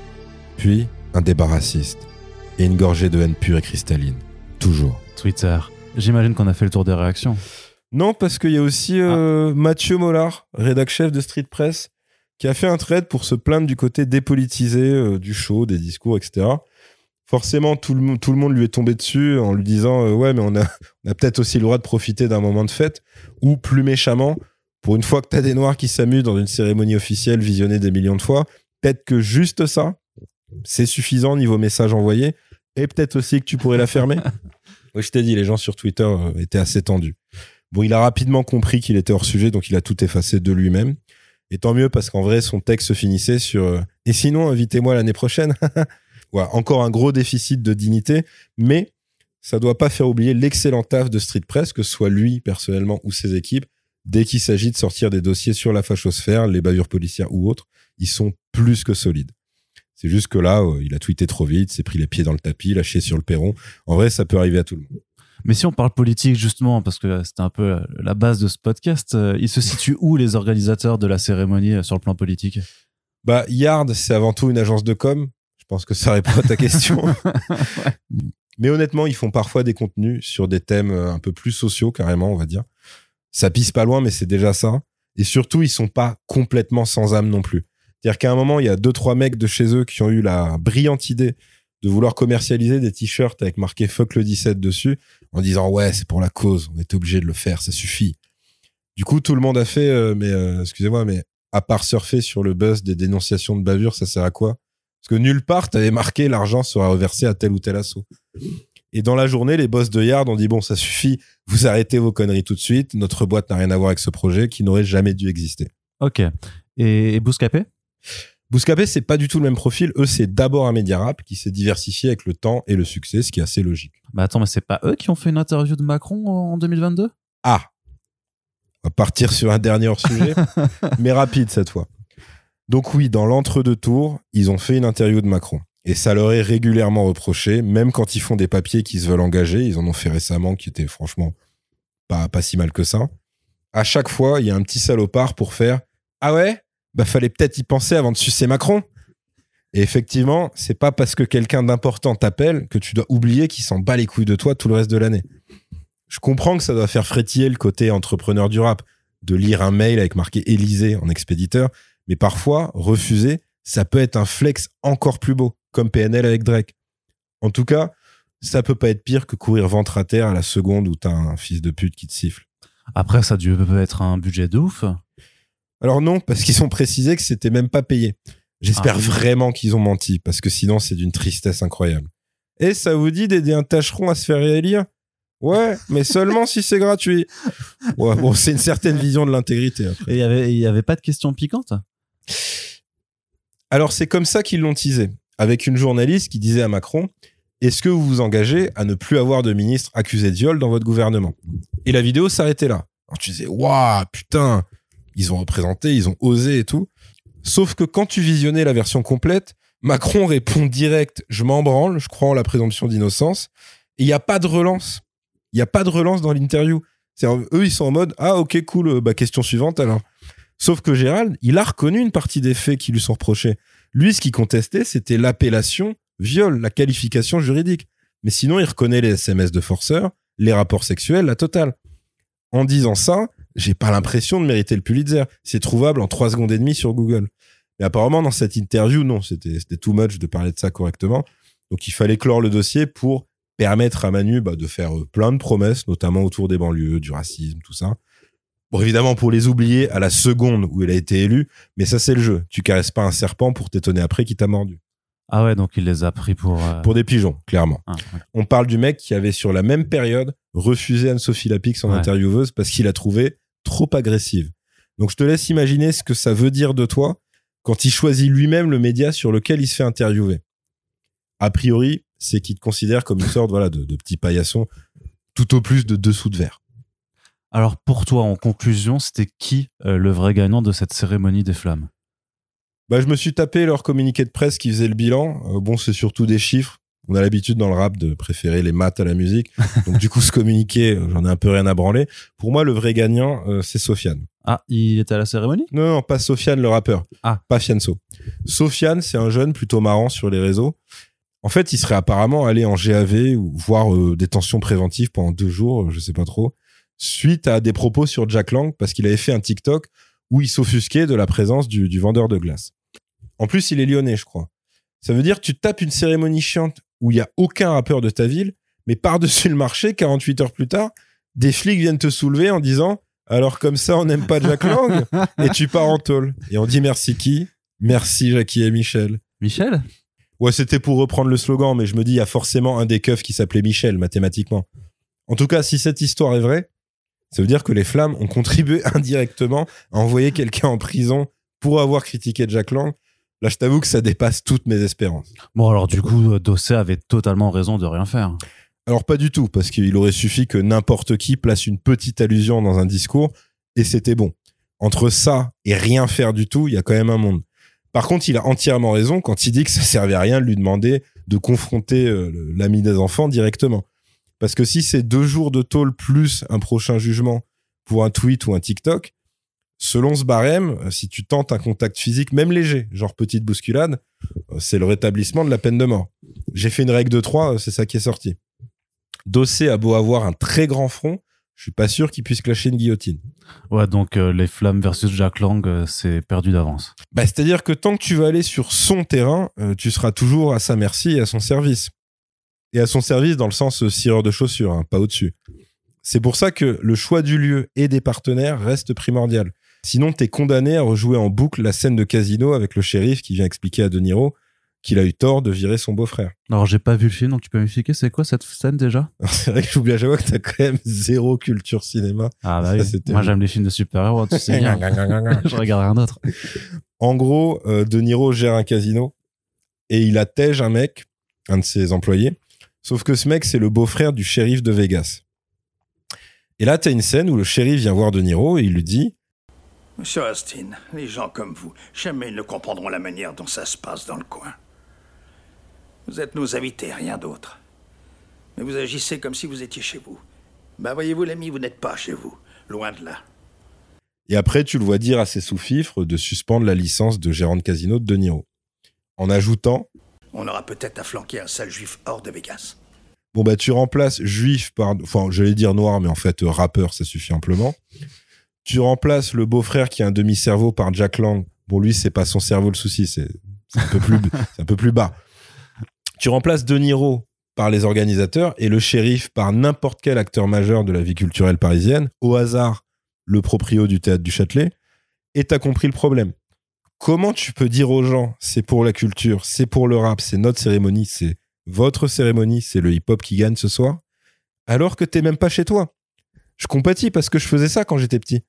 Puis, un débat raciste. Et une gorgée de haine pure et cristalline, toujours. Twitter. J'imagine qu'on a fait le tour des réactions. Non, parce qu'il y a aussi euh, ah. Mathieu Mollard, rédac chef de Street Press, qui a fait un thread pour se plaindre du côté dépolitisé euh, du show, des discours, et cetera. Forcément, tout le, tout le monde lui est tombé dessus en lui disant euh, « Ouais, mais on a, on a peut-être aussi le droit de profiter d'un moment de fête. » Ou plus méchamment, pour une fois que t'as des Noirs qui s'amusent dans une cérémonie officielle visionnée des millions de fois, peut-être que juste ça, c'est suffisant niveau message envoyé, et peut-être aussi que tu pourrais la fermer. Oui, je t'ai dit, les gens sur Twitter euh, étaient assez tendus. Bon, il a rapidement compris qu'il était hors sujet, donc il a tout effacé de lui-même. Et tant mieux, parce qu'en vrai, son texte se finissait sur euh, « Et sinon, invitez-moi l'année prochaine !» Ouais, encore un gros déficit de dignité, mais ça doit pas faire oublier l'excellent taf de Street Press, que ce soit lui personnellement ou ses équipes. Dès qu'il s'agit de sortir des dossiers sur la fachosphère, les bavures policières ou autres, ils sont plus que solides. C'est juste que là, euh, il a tweeté trop vite, s'est pris les pieds dans le tapis, lâché sur le perron. En vrai, ça peut arriver à tout le monde. Mais si on parle politique, justement, parce que c'était un peu la base de ce podcast, euh, ils se situent où, les organisateurs de la cérémonie, sur le plan politique ? Bah, Yard, c'est avant tout une agence de com'. Je pense que ça répond à ta question. Ouais. Mais honnêtement, ils font parfois des contenus sur des thèmes un peu plus sociaux, carrément, on va dire. Ça pisse pas loin, mais c'est déjà ça. Et surtout, ils sont pas complètement sans âme non plus. C'est-à-dire qu'à un moment, il y a deux, trois mecs de chez eux qui ont eu la brillante idée de vouloir commercialiser des t-shirts avec marqué Fuck le dix-sept dessus, en disant « Ouais, c'est pour la cause, on était obligé de le faire, ça suffit. » Du coup, tout le monde a fait euh, « Mais euh, excusez-moi, mais à part surfer sur le buzz des dénonciations de bavure, ça sert à quoi ?» Parce que nulle part, t'avais marqué l'argent sera reversé à tel ou tel assaut. Et dans la journée, les boss de Yard ont dit bon, ça suffit, vous arrêtez vos conneries tout de suite. Notre boîte n'a rien à voir avec ce projet qui n'aurait jamais dû exister. Ok. Et, et Bouscapé ? Bouscapé, c'est pas du tout le même profil. Eux, c'est d'abord un média rap qui s'est diversifié avec le temps et le succès, ce qui est assez logique. Bah attends, mais c'est pas eux qui ont fait une interview de Macron en deux mille vingt-deux ? Ah, on va partir sur un dernier hors-sujet, mais rapide cette fois. Donc oui, dans l'entre-deux tours, ils ont fait une interview de Macron. Et ça leur est régulièrement reproché, même quand ils font des papiers qui se veulent engager. Ils en ont fait récemment, qui étaient franchement pas, pas si mal que ça. à chaque fois, il y a un petit salopard pour faire « Ah ouais ? Bah fallait peut-être y penser avant de sucer Macron !» Et effectivement, c'est pas parce que quelqu'un d'important t'appelle que tu dois oublier qu'il s'en bat les couilles de toi tout le reste de l'année. Je comprends que ça doit faire frétiller le côté entrepreneur du rap, de lire un mail avec marqué Élysée en expéditeur, mais parfois, refuser, ça peut être un flex encore plus beau, comme P N L avec Drake. En tout cas, ça peut pas être pire que courir ventre à terre à la seconde où t'as un fils de pute qui te siffle. Après, ça dû être un budget de ouf. Alors non, parce qu'ils ont précisé que c'était même pas payé. J'espère ah, oui. vraiment qu'ils ont menti, parce que sinon c'est d'une tristesse incroyable. Et ça vous dit d'aider un tâcheron à se faire réélire ? Ouais, mais seulement si c'est gratuit. Ouais, bon, c'est une certaine vision de l'intégrité. Après. Et il y avait, il y avait pas de questions piquantes ? Alors c'est comme ça qu'ils l'ont teasé, avec une journaliste qui disait à Macron « Est-ce que vous vous engagez à ne plus avoir de ministre accusé de viol dans votre gouvernement ?» Et la vidéo s'arrêtait là. Alors tu disais « Waouh, putain, ils ont représenté, ils ont osé et tout. » Sauf que quand tu visionnais la version complète, Macron répond direct « Je m'en branle, je crois en la présomption d'innocence. » Et il n'y a pas de relance. Il n'y a pas de relance dans l'interview. C'est-à-dire, eux, ils sont en mode « Ah, ok, cool, bah question suivante alors. » Sauf que Gérald, il a reconnu une partie des faits qui lui sont reprochés. Lui, ce qu'il contestait, c'était l'appellation viol, la qualification juridique. Mais sinon, il reconnaît les S M S de forceur, les rapports sexuels, la totale. En disant ça, j'ai pas l'impression de mériter le Pulitzer. C'est trouvable en trois secondes et demie sur Google. Mais apparemment, dans cette interview, non, c'était, c'était too much de parler de ça correctement. Donc, il fallait clore le dossier pour permettre à Manu bah, de faire plein de promesses, notamment autour des banlieues, du racisme, tout ça. Bon, évidemment, pour les oublier à la seconde où il a été élu, mais ça, c'est le jeu. Tu caresses pas un serpent pour t'étonner après qu'il t'a mordu. Ah ouais, donc il les a pris pour... Euh... Pour des pigeons, clairement. Ah, ouais. On parle du mec qui avait, sur la même période, refusé Anne-Sophie Lapix en ouais. intervieweuse parce qu'il a trouvé trop agressive. Donc, je te laisse imaginer ce que ça veut dire de toi quand il choisit lui-même le média sur lequel il se fait interviewer. A priori, c'est qu'il te considère comme une sorte voilà, de, de petit paillasson, tout au plus de dessous de verre. Alors pour toi, en conclusion, c'était qui euh, le vrai gagnant de cette cérémonie des flammes ? Bah, je me suis tapé leur communiqué de presse qui faisait le bilan. Euh, bon, c'est surtout des chiffres. On a l'habitude dans le rap de préférer les maths à la musique. Donc du coup, ce communiqué, j'en ai un peu rien à branler. Pour moi, le vrai gagnant, euh, c'est Sofiane. Ah, il était à la cérémonie ? Non, non, pas Sofiane le rappeur. Ah. Pas Fianso. Sofiane, c'est un jeune plutôt marrant sur les réseaux. En fait, il serait apparemment allé en G A V ou voire euh, détention préventive pendant deux jours, je sais pas trop, suite à des propos sur Jack Lang parce qu'il avait fait un TikTok où il s'offusquait de la présence du, du vendeur de glace. En plus, il est lyonnais, je crois. Ça veut dire que tu tapes une cérémonie chiante où il y a aucun rappeur de ta ville, mais par-dessus le marché, quarante-huit heures plus tard, des flics viennent te soulever en disant « Alors comme ça, on n'aime pas Jack Lang ?» et tu pars en tôle. Et on dit merci qui ? Merci Jackie et Michel. Michel ? Ouais, c'était pour reprendre le slogan, mais je me dis, il y a forcément un des keufs qui s'appelait Michel, mathématiquement. En tout cas, si cette histoire est vraie, ça veut dire que les flammes ont contribué indirectement à envoyer quelqu'un en prison pour avoir critiqué Jack Lang. Là, je t'avoue que ça dépasse toutes mes espérances. Bon, alors du coup, Dossé avait totalement raison de rien faire. Alors pas du tout, parce qu'il aurait suffi que n'importe qui place une petite allusion dans un discours, et c'était bon. Entre ça et rien faire du tout, il y a quand même un monde. Par contre, il a entièrement raison quand il dit que ça servait à rien de lui demander de confronter euh, l'ami des enfants directement. Parce que si c'est deux jours de tôle plus un prochain jugement pour un tweet ou un TikTok, selon ce barème, si tu tentes un contact physique, même léger, genre petite bousculade, c'est le rétablissement de la peine de mort. J'ai fait une règle de trois, c'est ça qui est sorti. Dossé a beau avoir un très grand front, je suis pas sûr qu'il puisse clasher une guillotine. Ouais, donc euh, les flammes versus Jack Lang, euh, c'est perdu d'avance. Bah, c'est-à-dire que tant que tu vas aller sur son terrain, euh, tu seras toujours à sa merci et à son service. Et à son service dans le sens euh, cireur de chaussures, hein, pas au-dessus. C'est pour ça que le choix du lieu et des partenaires reste primordial. Sinon, t'es condamné à rejouer en boucle la scène de Casino avec le shérif qui vient expliquer à De Niro qu'il a eu tort de virer son beau-frère. Alors, j'ai pas vu le film, donc tu peux m'expliquer c'est quoi cette scène déjà ? C'est vrai que j'oublie à chaque fois que t'as quand même zéro culture cinéma. Ah bah ça, oui, moi j'aime les films de super-héros, tu sais bien. Je regarde rien d'autre. En gros, euh, De Niro gère un casino et il attège un mec, un de ses employés, sauf que ce mec, c'est le beau-frère du shérif de Vegas. Et là, t'as une scène où le shérif vient voir De Niro et il lui dit « Monsieur Austin, les gens comme vous, jamais ils ne comprendront la manière dont ça se passe dans le coin. Vous êtes nos invités, rien d'autre. Mais vous agissez comme si vous étiez chez vous. Ben voyez-vous, l'ami, vous n'êtes pas chez vous. Loin de là. Et après, tu le vois dire à ses sous-fifres de suspendre la licence de gérant de casino de De Niro. En ajoutant... On aura peut-être à flanquer un sale juif hors de Vegas. Bon, bah, tu remplaces juif par... Enfin, j'allais dire noir, mais en fait, euh, rappeur, ça suffit amplement. Tu remplaces le beau-frère qui a un demi-cerveau par Jack Lang. Bon, lui, c'est pas son cerveau le souci, c'est, c'est, un, peu plus, c'est un peu plus bas. Tu remplaces De Niro par les organisateurs et le shérif par n'importe quel acteur majeur de la vie culturelle parisienne. Au hasard, le proprio du Théâtre du Châtelet. Et t'as compris le problème. Comment tu peux dire aux gens, c'est pour la culture, c'est pour le rap, c'est notre cérémonie, c'est votre cérémonie, c'est le hip-hop qui gagne ce soir, alors que t'es même pas chez toi. Je compatis parce que je faisais ça quand j'étais petit.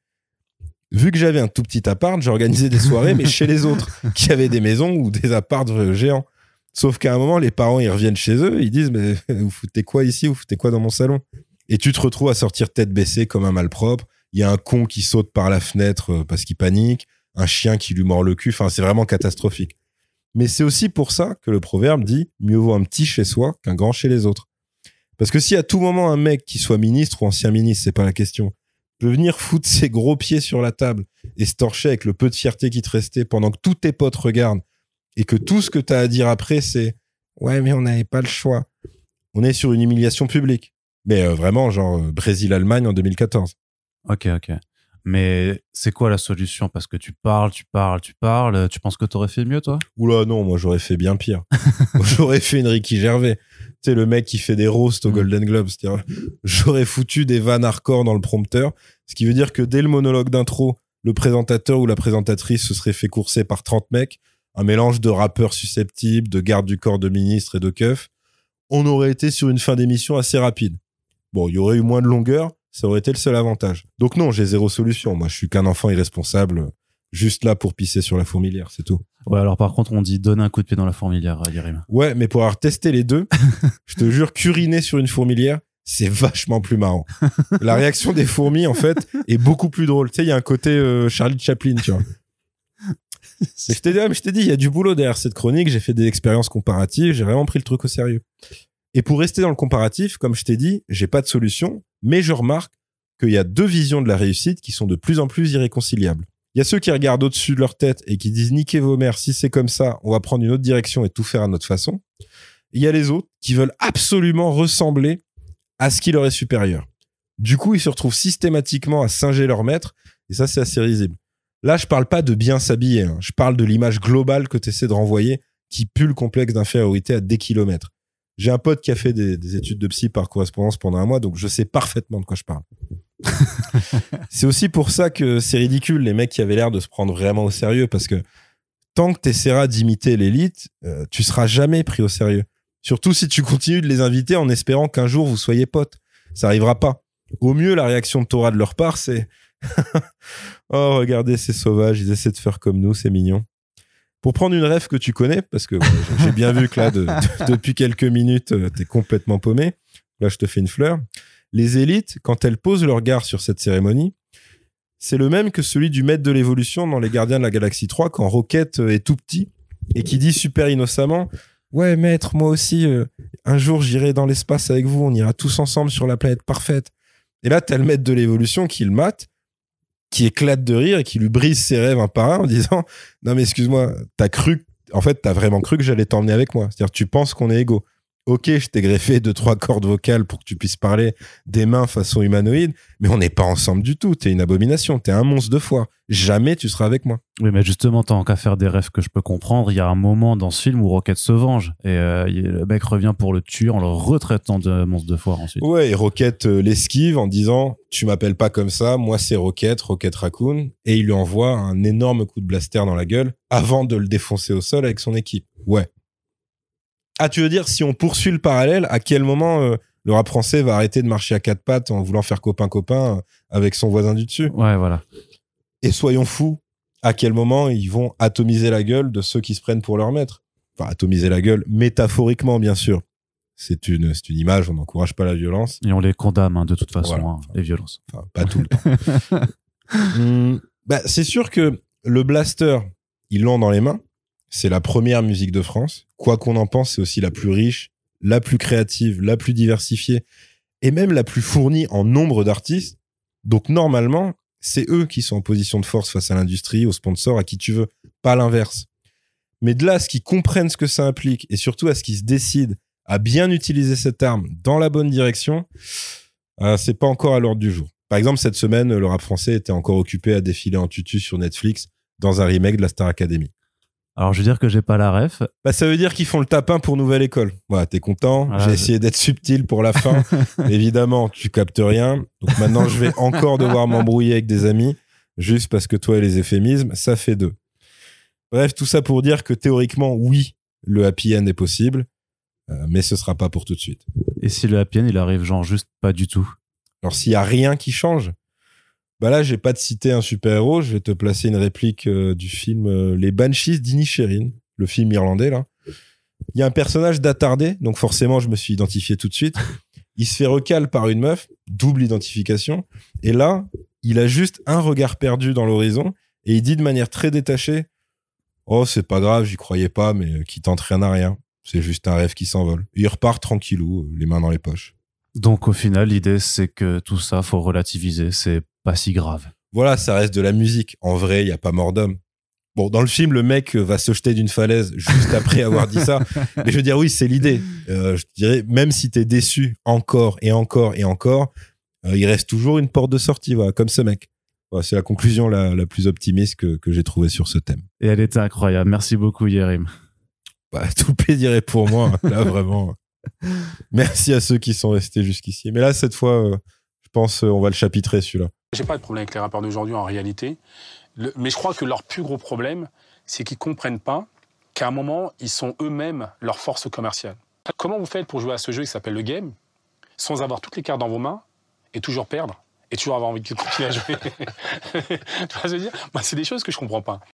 Vu que j'avais un tout petit appart, j'organisais des soirées, mais chez les autres, qui avaient des maisons ou des apparts géants. Sauf qu'à un moment, les parents, ils reviennent chez eux, ils disent, mais vous foutez quoi ici, vous foutez quoi dans mon salon? Et tu te retrouves à sortir tête baissée comme un malpropre. Il y a un con qui saute par la fenêtre parce qu'il panique, un chien qui lui mord le cul. Enfin, c'est vraiment catastrophique. Mais c'est aussi pour ça que le proverbe dit « Mieux vaut un petit chez soi qu'un grand chez les autres ». Parce que si à tout moment un mec qui soit ministre ou ancien ministre, c'est pas la question, peut venir foutre ses gros pieds sur la table et se torcher avec le peu de fierté qui te restait pendant que tous tes potes regardent et que tout ce que t'as à dire après, c'est « Ouais, mais on n'avait pas le choix ». On est sur une humiliation publique. Mais euh, vraiment, genre euh, Brésil-Allemagne en deux mille quatorze. Ok, ok. Mais c'est quoi la solution? Parce que tu parles, tu parles, tu parles. Tu penses que t'aurais fait mieux, toi? Oula, non, moi j'aurais fait bien pire. J'aurais fait une Ricky Gervais. Tu sais, le mec qui fait des roasts au Golden Globe. C'est-à-dire, j'aurais foutu des vannes hardcore dans le prompteur. Ce qui veut dire que dès le monologue d'intro, le présentateur ou la présentatrice se serait fait courser par trente mecs. Un mélange de rappeurs susceptibles, de gardes du corps de ministre et de keufs. On aurait été sur une fin d'émission assez rapide. Bon, il y aurait eu moins de longueur. Ça aurait été le seul avantage. Donc non, j'ai zéro solution. Moi, je suis qu'un enfant irresponsable, juste là pour pisser sur la fourmilière, c'est tout. Ouais, alors par contre, on dit donne un coup de pied dans la fourmilière, Yerim. Ouais, mais pour avoir testé les deux, je te jure qu'uriner sur une fourmilière, c'est vachement plus marrant. La réaction des fourmis, en fait, est beaucoup plus drôle. Tu sais, il y a un côté euh, Charlie Chaplin, tu vois. Mais je t'ai dit, je t'ai dit, il y a du boulot derrière cette chronique. J'ai fait des expériences comparatives. J'ai vraiment pris le truc au sérieux. Et pour rester dans le comparatif, comme je t'ai dit, j'ai pas de solution, mais je remarque qu'il y a deux visions de la réussite qui sont de plus en plus irréconciliables. Il y a ceux qui regardent au-dessus de leur tête et qui disent « Niquez vos mères, si c'est comme ça, on va prendre une autre direction et tout faire à notre façon ». Il y a les autres qui veulent absolument ressembler à ce qui leur est supérieur. Du coup, ils se retrouvent systématiquement à singer leur maître, et ça, c'est assez risible. Là, je parle pas de bien s'habiller, hein. Je parle de l'image globale que tu essaies de renvoyer qui pue le complexe d'infériorité à des kilomètres. J'ai un pote qui a fait des, des études de psy par correspondance pendant un mois, donc je sais parfaitement de quoi je parle. C'est aussi pour ça que c'est ridicule, les mecs qui avaient l'air de se prendre vraiment au sérieux, parce que tant que tu essaieras d'imiter l'élite, euh, tu seras jamais pris au sérieux. Surtout si tu continues de les inviter en espérant qu'un jour vous soyez potes. Ça arrivera pas. Au mieux, la réaction que t'auras de leur part, c'est « Oh, regardez, c'est sauvage, ils essaient de faire comme nous, c'est mignon. » Pour prendre une rêve que tu connais, parce que ouais, j'ai bien vu que là, de, de, depuis quelques minutes, t'es complètement paumé. Là, je te fais une fleur. Les élites, quand elles posent leur regard sur cette cérémonie, c'est le même que celui du maître de l'évolution dans Les Gardiens de la Galaxie trois, quand Rocket est tout petit et qui dit super innocemment « Ouais, maître, moi aussi, euh, un jour, j'irai dans l'espace avec vous, on ira tous ensemble sur la planète parfaite. » Et là, t'as le maître de l'évolution qui le mate, qui éclate de rire et qui lui brise ses rêves un par un en disant « Non mais excuse-moi, t'as cru, en fait t'as vraiment cru que j'allais t'emmener avec moi. C'est-à-dire tu penses qu'on est égaux. Ok, je t'ai greffé deux trois cordes vocales pour que tu puisses parler des mains façon humanoïde, mais on n'est pas ensemble du tout. T'es une abomination, t'es un monstre de foi. Jamais tu seras avec moi. » Oui, mais justement, tant qu'à faire des rêves que je peux comprendre, il y a un moment dans ce film où Rocket se venge et euh, le mec revient pour le tuer en le retraitant de monstre de foire ensuite. Ouais, et Rocket euh, l'esquive en disant « Tu m'appelles pas comme ça, moi c'est Rocket, Rocket Raccoon », et il lui envoie un énorme coup de blaster dans la gueule avant de le défoncer au sol avec son équipe. Ouais. Ah, tu veux dire, si on poursuit le parallèle, à quel moment euh, le rap français va arrêter de marcher à quatre pattes en voulant faire copain-copain euh, avec son voisin du dessus? Ouais, voilà. Et soyons fous, à quel moment ils vont atomiser la gueule de ceux qui se prennent pour leur maître? Enfin, atomiser la gueule, métaphoriquement, bien sûr. C'est une, c'est une image, on n'encourage pas la violence. Et on les condamne, hein, de toute façon, Voilà. hein, les violences. Enfin, pas tout le temps. hum, bah, c'est sûr que le blaster, ils l'ont dans les mains. C'est la première musique de France. Quoi qu'on en pense, c'est aussi la plus riche, la plus créative, la plus diversifiée et même la plus fournie en nombre d'artistes. Donc normalement, c'est eux qui sont en position de force face à l'industrie, aux sponsors, à qui tu veux, pas l'inverse. Mais de là à ce qu'ils comprennent ce que ça implique et surtout à ce qu'ils se décident à bien utiliser cette arme dans la bonne direction, euh, c'est pas encore à l'ordre du jour. Par exemple, cette semaine, le rap français était encore occupé à défiler en tutu sur Netflix dans un remake de la Star Academy. Alors, je veux dire que j'ai pas la ref. Bah, ça veut dire qu'ils font le tapin pour Nouvelle École. Voilà, t'es content. Voilà, J'ai je... essayé d'être subtil pour la fin. Évidemment, tu captes rien. Donc maintenant, je vais encore devoir m'embrouiller avec des amis juste parce que toi et les euphémismes, ça fait deux. Bref, tout ça pour dire que théoriquement, oui, le happy end est possible, euh, mais ce sera pas pour tout de suite. Et si le happy end, il arrive genre juste pas du tout? Alors, s'il y a rien qui change, bah là, j'ai pas de citer un super-héros, je vais te placer une réplique euh, du film euh, Les Banshees d'Inisherin, le film irlandais, là. Il y a un personnage d'attardé, donc forcément, je me suis identifié tout de suite. Il se fait recal par une meuf, double identification, et là, il a juste un regard perdu dans l'horizon, et il dit de manière très détachée « Oh, c'est pas grave, j'y croyais pas, mais qui tente rien à rien. C'est juste un rêve qui s'envole. » Il repart tranquillou, les mains dans les poches. Donc, au final, l'idée, c'est que tout ça, faut relativiser, c'est pas si grave. Voilà, ça reste de la musique. En vrai, il n'y a pas mort d'homme. Bon, dans le film, le mec va se jeter d'une falaise juste après avoir dit ça. Mais je veux dire, oui, c'est l'idée. Euh, je dirais, même si t'es déçu encore et encore et encore, euh, il reste toujours une porte de sortie, voilà, comme ce mec. Voilà, c'est la conclusion la, la plus optimiste que, que j'ai trouvée sur ce thème. Et elle était incroyable. Merci beaucoup, Yérim. Bah, tout le plaisir est pour moi, là, vraiment. Merci à ceux qui sont restés jusqu'ici. Mais là, cette fois, euh, je pense euh, on va le chapitrer, celui-là. J'ai pas de problème avec les rappeurs d'aujourd'hui en réalité, le, mais je crois que leur plus gros problème, c'est qu'ils comprennent pas qu'à un moment, ils sont eux-mêmes leur force commerciale. Comment vous faites pour jouer à ce jeu qui s'appelle le game, sans avoir toutes les cartes dans vos mains et toujours perdre et toujours avoir envie de continuer à jouer? Tu vois ce que je veux dire? Moi, c'est des choses que je comprends pas.